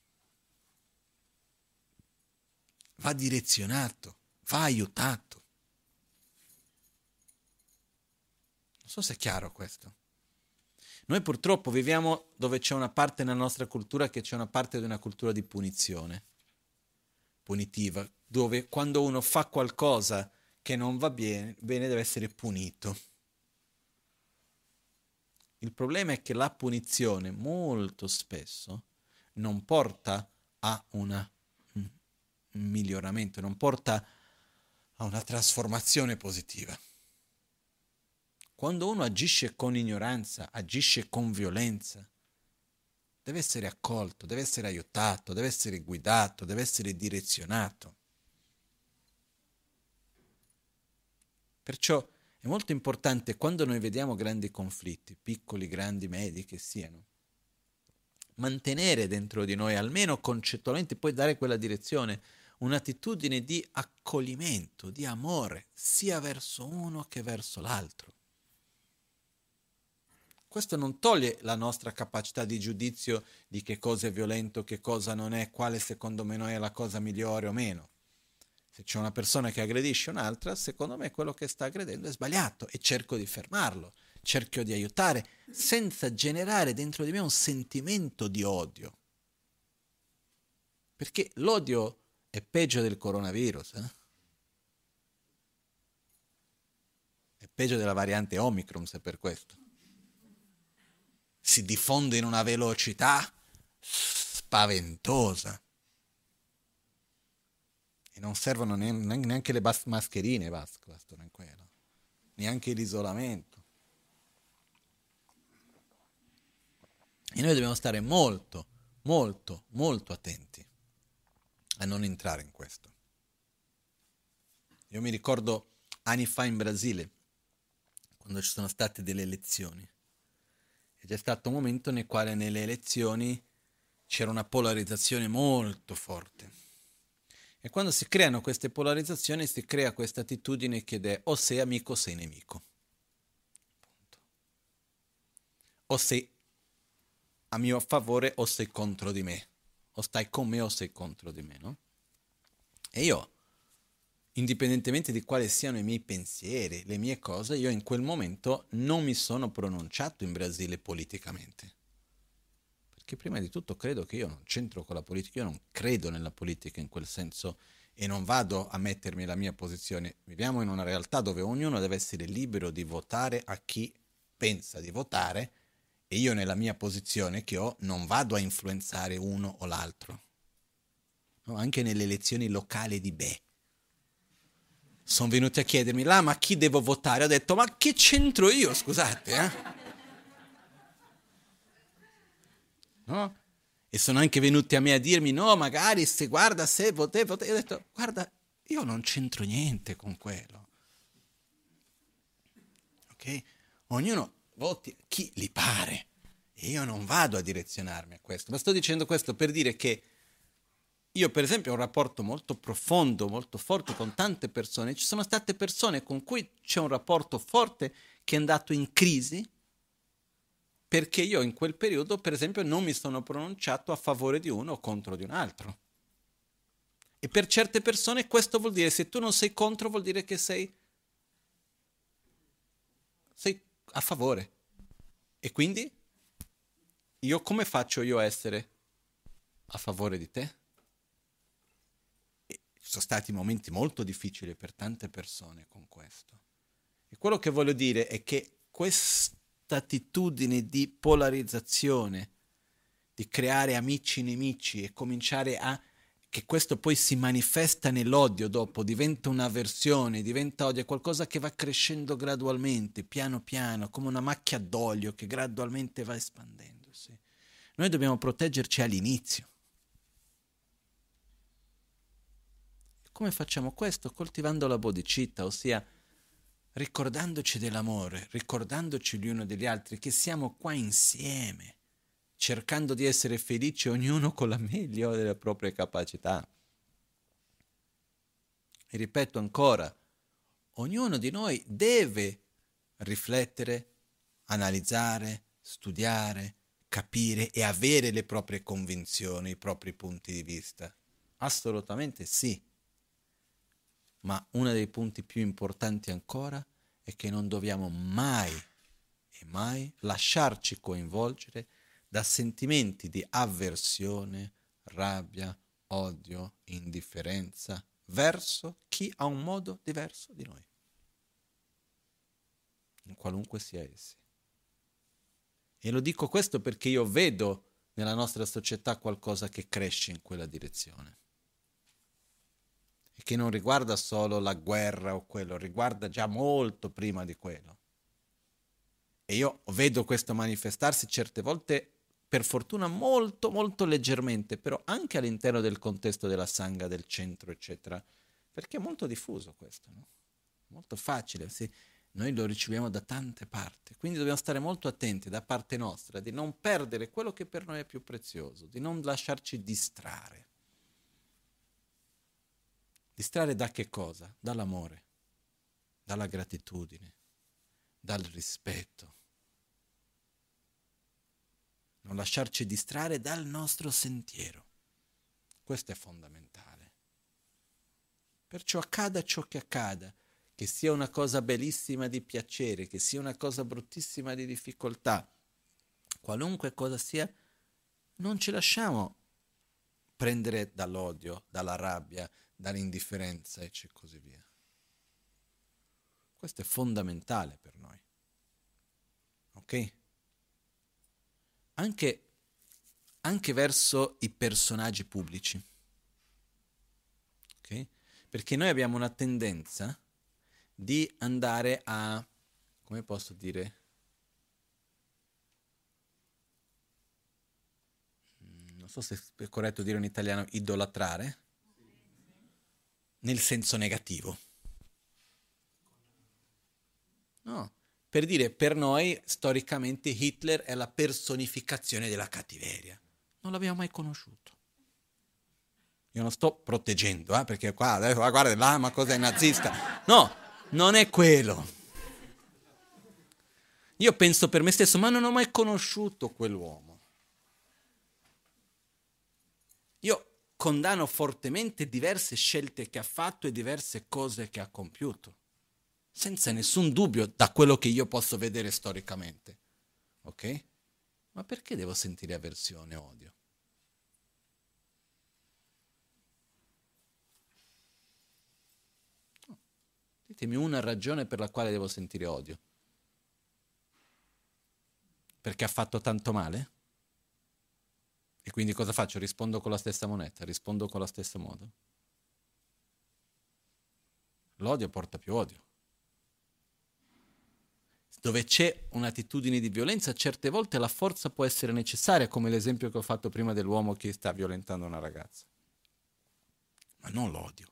va direzionato, va aiutato. Non so se è chiaro questo. Noi purtroppo viviamo dove c'è una parte nella nostra cultura che c'è una parte di una cultura di punizione, punitiva, dove quando uno fa qualcosa che non va bene, deve essere punito. Il problema è che la punizione molto spesso non porta a un miglioramento, non porta a una trasformazione positiva. Quando uno agisce con ignoranza, agisce con violenza, deve essere accolto, deve essere aiutato, deve essere guidato, deve essere direzionato. Perciò è molto importante quando noi vediamo grandi conflitti, piccoli, grandi, medi che siano, mantenere dentro di noi, almeno concettualmente, poi dare quella direzione, un'attitudine di accoglimento, di amore, sia verso uno che verso l'altro. Questo non toglie la nostra capacità di giudizio di che cosa è violento, che cosa non è, quale secondo me è la cosa migliore o meno. Se c'è una persona che aggredisce un'altra, secondo me quello che sta aggredendo è sbagliato e cerco di fermarlo, cerco di aiutare, senza generare dentro di me un sentimento di odio. Perché l'odio è peggio del coronavirus, È peggio della variante Omicron, se per questo. Si diffonde in una velocità spaventosa. E non servono neanche le mascherine, bastano in quello. Neanche l'isolamento. E noi dobbiamo stare molto, molto, molto attenti a non entrare in questo. Io mi ricordo anni fa in Brasile, quando ci sono state delle elezioni. E c'è stato un momento nel quale nelle elezioni c'era una polarizzazione molto forte. E quando si creano queste polarizzazioni si crea questa attitudine che è o sei amico o sei nemico. Punto. o sei a mio favore o sei contro di me, o stai con me o sei contro di me, no? E io, indipendentemente di quali siano i miei pensieri, le mie cose, io in quel momento non mi sono pronunciato in Brasile politicamente. Perché prima di tutto credo che io non c'entro con la politica, io non credo nella politica in quel senso e non vado a mettermi la mia posizione. Viviamo in una realtà dove ognuno deve essere libero di votare a chi pensa di votare e io nella mia posizione che ho non vado a influenzare uno o l'altro. No? Anche nelle elezioni locali di Be. Sono venuti a chiedermi, là, ma chi devo votare? Ho detto, ma che c'entro io, scusate, No? E sono anche venuti a me a dirmi, no, magari se guarda, se vote. Io ho detto, guarda, io non c'entro niente con quello. Ok? Ognuno voti chi gli pare. E io non vado a direzionarmi a questo. Ma sto dicendo questo per dire che io, per esempio, ho un rapporto molto profondo, molto forte con tante persone. Ci sono state persone con cui c'è un rapporto forte che è andato in crisi perché io in quel periodo, per esempio, non mi sono pronunciato a favore di uno o contro di un altro. E per certe persone questo vuol dire, se tu non sei contro, vuol dire che sei a favore. E quindi io come faccio io a essere a favore di te? E ci sono stati momenti molto difficili per tante persone con questo. E quello che voglio dire è che questa attitudine di polarizzazione, di creare amici nemici e cominciare a che questo poi si manifesta nell'odio dopo, diventa un'avversione, diventa odio, è qualcosa che va crescendo gradualmente, piano piano, come una macchia d'olio che gradualmente va espandendosi. Noi dobbiamo proteggerci all'inizio. Come facciamo questo? Coltivando la bodhicitta, ossia ricordandoci dell'amore, ricordandoci gli uno degli altri, che siamo qua insieme, cercando di essere felici ognuno con la meglio delle proprie capacità. E ripeto ancora, ognuno di noi deve riflettere, analizzare, studiare, capire e avere le proprie convinzioni, i propri punti di vista. Assolutamente sì. Ma uno dei punti più importanti ancora è che non dobbiamo mai e mai lasciarci coinvolgere da sentimenti di avversione, rabbia, odio, indifferenza verso chi ha un modo diverso di noi, in qualunque sia essi. E lo dico questo perché io vedo nella nostra società qualcosa che cresce in quella direzione. E che non riguarda solo la guerra o quello, riguarda già molto prima di quello. E io vedo questo manifestarsi certe volte, per fortuna molto molto leggermente, però anche all'interno del contesto della Sangha, del centro, eccetera, perché è molto diffuso questo, no? Molto facile, sì. Noi lo riceviamo da tante parti, quindi dobbiamo stare molto attenti da parte nostra di non perdere quello che per noi è più prezioso, di non lasciarci distrarre. Distrarre da che cosa? Dall'amore, dalla gratitudine, dal rispetto. Non lasciarci distrarre dal nostro sentiero. Questo è fondamentale. Perciò accada ciò che accada, che sia una cosa bellissima di piacere, che sia una cosa bruttissima di difficoltà, qualunque cosa sia, non ci lasciamo prendere dall'odio, dalla rabbia, dall'indifferenza e così via. Questo è fondamentale per noi. Ok? Anche verso i personaggi pubblici. Ok? Perché noi abbiamo una tendenza di andare a, come posso dire, non so se è corretto dire in italiano, idolatrare, nel senso negativo. No, per dire, per noi storicamente Hitler è la personificazione della cattiveria. Non l'abbiamo mai conosciuto. Io non sto proteggendo, perché qua adesso guarda là, ma cos'è nazista? No, non è quello. Io penso per me stesso, ma non ho mai conosciuto quell'uomo. Io condanno fortemente diverse scelte che ha fatto e diverse cose che ha compiuto, senza nessun dubbio da quello che io posso vedere storicamente. Ok? Ma perché devo sentire avversione o odio? No. Ditemi una ragione per la quale devo sentire odio. Perché ha fatto tanto male? E quindi cosa faccio? Rispondo con la stessa moneta, rispondo con lo stesso modo? L'odio porta più odio. Dove c'è un'attitudine di violenza, certe volte la forza può essere necessaria, come l'esempio che ho fatto prima dell'uomo che sta violentando una ragazza. Ma non l'odio.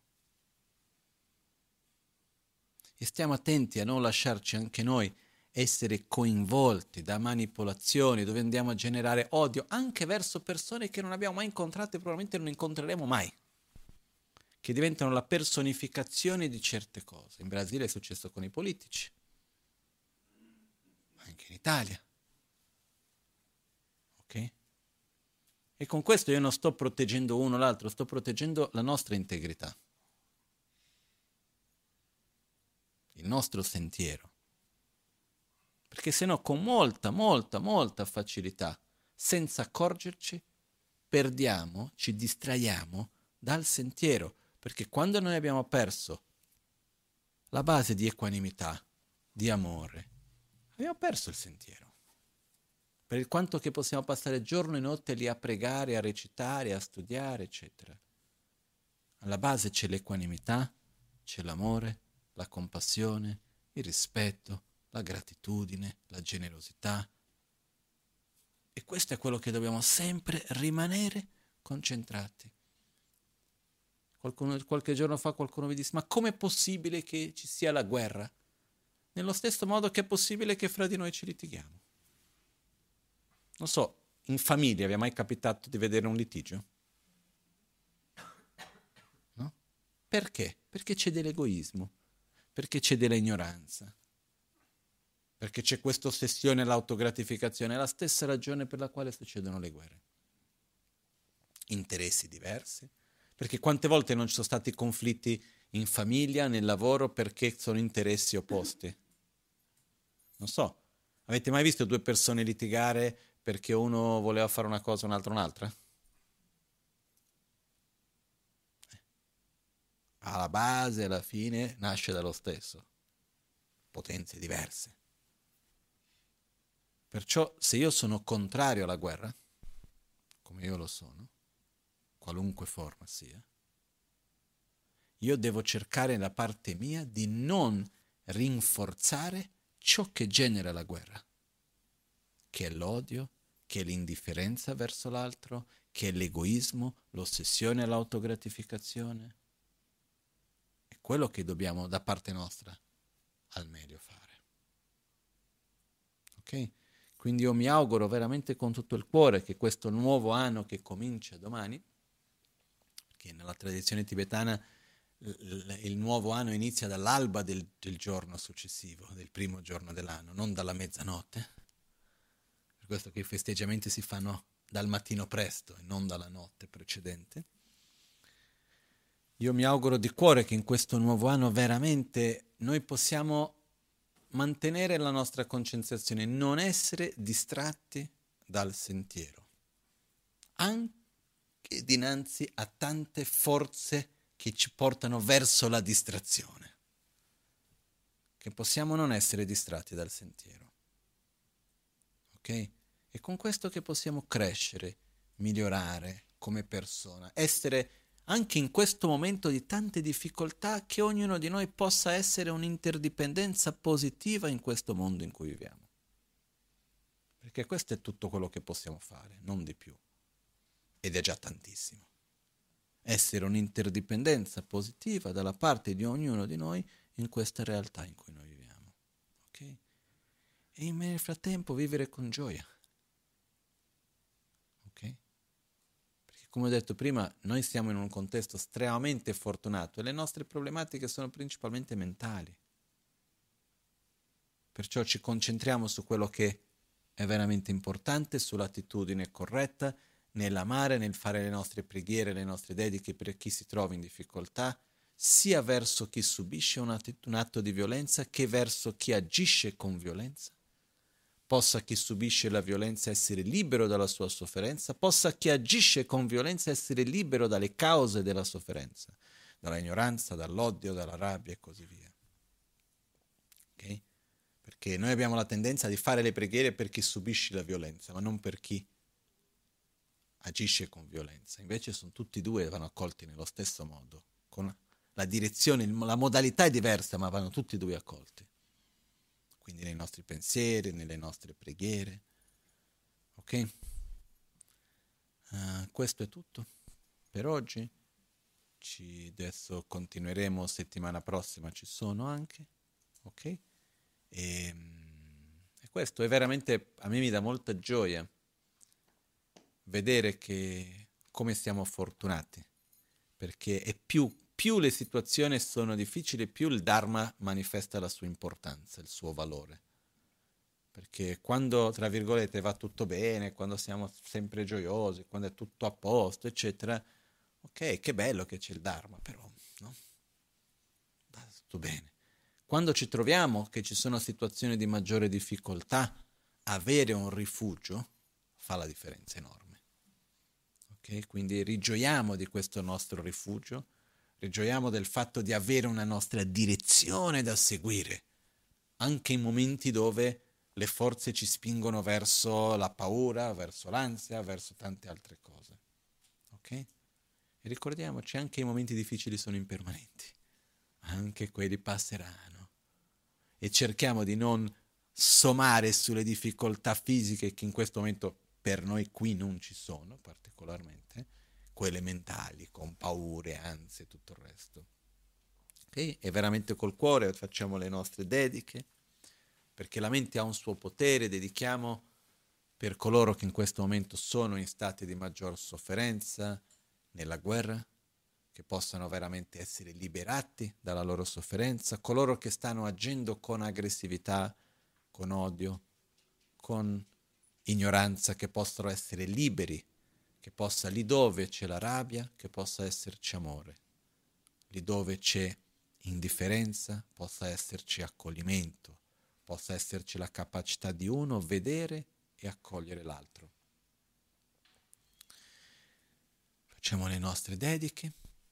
E stiamo attenti a non lasciarci anche noi essere coinvolti da manipolazioni dove andiamo a generare odio anche verso persone che non abbiamo mai incontrato e probabilmente non incontreremo mai, che diventano la personificazione di certe cose. In Brasile è successo con i politici, ma anche in Italia. Ok? E con questo io non sto proteggendo uno o l'altro, sto proteggendo la nostra integrità, il nostro sentiero. Perché se no con molta facilità, senza accorgerci, perdiamo, ci distraiamo dal sentiero. Perché quando noi abbiamo perso la base di equanimità, di amore, abbiamo perso il sentiero. Per il quanto che possiamo passare giorno e notte lì a pregare, a recitare, a studiare, eccetera. Alla base c'è l'equanimità, c'è l'amore, la compassione, il rispetto, la gratitudine, la generosità. E questo è quello che dobbiamo sempre rimanere concentrati. Qualche giorno fa qualcuno mi disse: ma com'è possibile che ci sia la guerra? Nello stesso modo che è possibile che fra di noi ci litighiamo. Non so, in famiglia vi è mai capitato di vedere un litigio? No? Perché? Perché c'è dell'egoismo, perché c'è dell'ignoranza, perché c'è questa ossessione all'autogratificazione. È la stessa ragione per la quale succedono le guerre. Interessi diversi, perché quante volte non ci sono stati conflitti in famiglia, nel lavoro, perché sono interessi opposti? Non so, avete mai visto due persone litigare perché uno voleva fare una cosa e un altro un'altra? Alla base, alla fine, nasce dallo stesso. Potenze diverse. Perciò, se io sono contrario alla guerra, come io lo sono, qualunque forma sia, io devo cercare da parte mia di non rinforzare ciò che genera la guerra, che è l'odio, che è l'indifferenza verso l'altro, che è l'egoismo, l'ossessione all'autogratificazione. È quello che dobbiamo da parte nostra al meglio fare. Ok? Quindi io mi auguro veramente con tutto il cuore che questo nuovo anno che comincia domani, perché nella tradizione tibetana il nuovo anno inizia dall'alba del giorno successivo, del primo giorno dell'anno, non dalla mezzanotte. Per questo che i festeggiamenti si fanno dal mattino presto e non dalla notte precedente. Io mi auguro di cuore che in questo nuovo anno veramente noi possiamo mantenere la nostra concentrazione, non essere distratti dal sentiero, anche dinanzi a tante forze che ci portano verso la distrazione, che possiamo non essere distratti dal sentiero. Ok? E con questo che possiamo crescere, migliorare come persona, essere anche in questo momento di tante difficoltà, che ognuno di noi possa essere un'interdipendenza positiva in questo mondo in cui viviamo. Perché questo è tutto quello che possiamo fare, non di più. Ed è già tantissimo. Essere un'interdipendenza positiva dalla parte di ognuno di noi in questa realtà in cui noi viviamo. Ok? E nel frattempo vivere con gioia. Ok? Come ho detto prima, noi siamo in un contesto estremamente fortunato e le nostre problematiche sono principalmente mentali. Perciò ci concentriamo su quello che è veramente importante, sull'attitudine corretta, nell'amare, nel fare le nostre preghiere, le nostre dediche per chi si trova in difficoltà, sia verso chi subisce un atto di violenza che verso chi agisce con violenza. Possa chi subisce la violenza essere libero dalla sua sofferenza, possa chi agisce con violenza essere libero dalle cause della sofferenza, dalla ignoranza, dall'odio, dalla rabbia e così via. Ok? Perché noi abbiamo la tendenza di fare le preghiere per chi subisce la violenza, ma non per chi agisce con violenza. Invece sono tutti e due, vanno accolti nello stesso modo, con la direzione, la modalità è diversa, ma vanno tutti e due accolti. Quindi nei nostri pensieri, nelle nostre preghiere. Ok? Questo è tutto per oggi. Adesso continueremo settimana prossima, ci sono anche. Ok? E questo è veramente, a me mi dà molta gioia vedere che come siamo fortunati, perché è più le situazioni sono difficili, più il Dharma manifesta la sua importanza, il suo valore. Perché quando, tra virgolette, va tutto bene, quando siamo sempre gioiosi, quando è tutto a posto, eccetera, ok, che bello che c'è il Dharma, però, no? Va tutto bene. Quando ci troviamo che ci sono situazioni di maggiore difficoltà, avere un rifugio fa la differenza enorme. Ok? Quindi rigioiamo di questo nostro rifugio, rigioiamo del fatto di avere una nostra direzione da seguire, anche in momenti dove le forze ci spingono verso la paura, verso l'ansia, verso tante altre cose. Ok? E ricordiamoci, anche i momenti difficili sono impermanenti, anche quelli passeranno. E cerchiamo di non sommare sulle difficoltà fisiche che in questo momento per noi qui non ci sono particolarmente, quelle mentali, con paure, ansie e tutto il resto. Okay? E veramente col cuore facciamo le nostre dediche, perché la mente ha un suo potere, dedichiamo per coloro che in questo momento sono in stati di maggior sofferenza, nella guerra, che possano veramente essere liberati dalla loro sofferenza, coloro che stanno agendo con aggressività, con odio, con ignoranza, che possano essere liberi, che possa, lì dove c'è la rabbia, che possa esserci amore, lì dove c'è indifferenza, possa esserci accoglimento, possa esserci la capacità di uno vedere e accogliere l'altro. Facciamo le nostre dediche.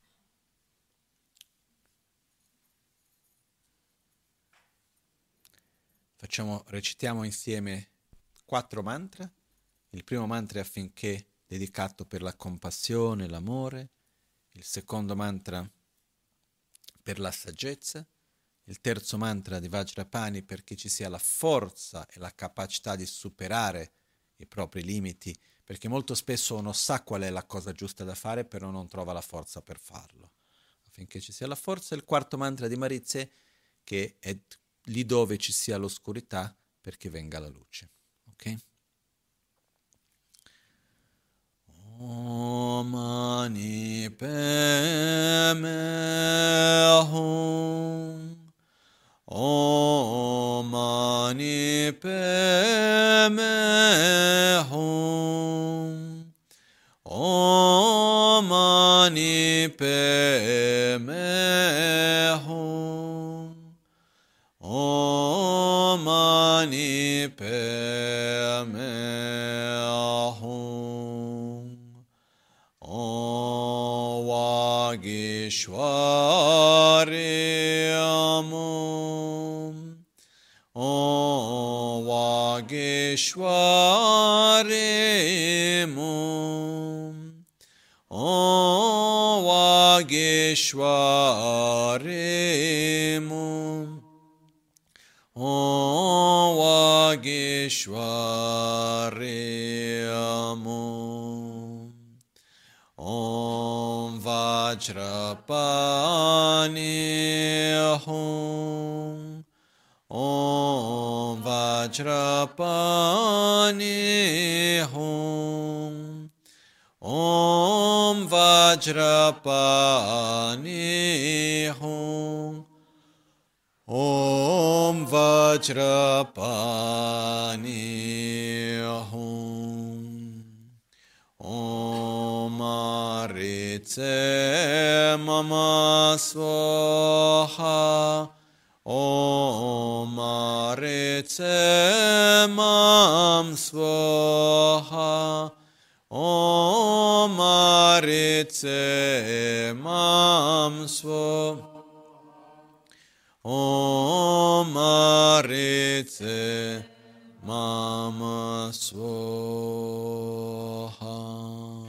Recitiamo insieme 4 mantra. Il primo mantra è affinché dedicato per la compassione, l'amore. Il secondo mantra per la saggezza. Il terzo mantra di Vajrapani perché ci sia la forza e la capacità di superare i propri limiti, perché molto spesso uno sa qual è la cosa giusta da fare, però non trova la forza per farlo. Affinché ci sia la forza. Il quarto mantra di Maritze, che è lì dove ci sia l'oscurità, perché venga la luce. Ok? Om Mani Padme Hum. Om Mani Padme Hum. Om Mani Padme Hum. Om Mani Padme Hum. Om Vagishwari Amum. Om Vagishwari Mum. Om Vagishwari Mum. Om Vagishwari Amum. Om Vajrapani Hum. Om Vajrapani Hum. Om Vajrapani Hum. Om Vajrapani Hum. Om Aritse Mama Swaha. Om Aritse Mam Swaha. Om Aritse Mam Swaha. Om Aritse Mama Swaha.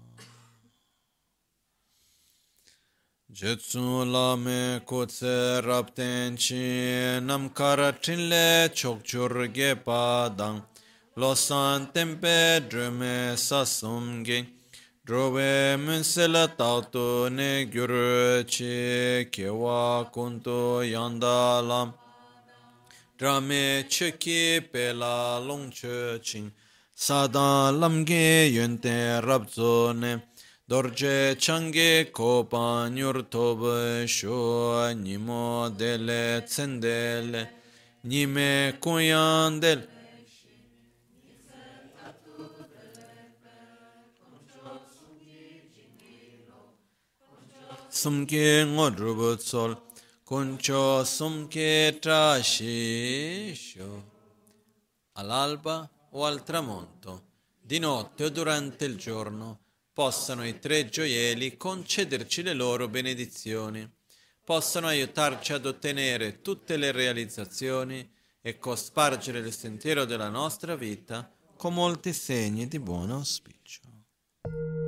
Jetsu lame kutse rapten chi nam karatin le chokchur ge padang losan tempe drume sasum ge drove munsela tautu ne gyuru chi kewa kuntu yandalam drame cheki pela longche ching sadan lamge yente rabzo ne dorje change kopa nyurtobe sho nimo dele tsendele nime kuyandel sumke ngodrubu sol concio sumke trasciscio all'alba o al tramonto, di notte o durante il giorno, possano i tre gioielli concederci le loro benedizioni, possano aiutarci ad ottenere tutte le realizzazioni e cospargere il sentiero della nostra vita con molti segni di buon auspicio.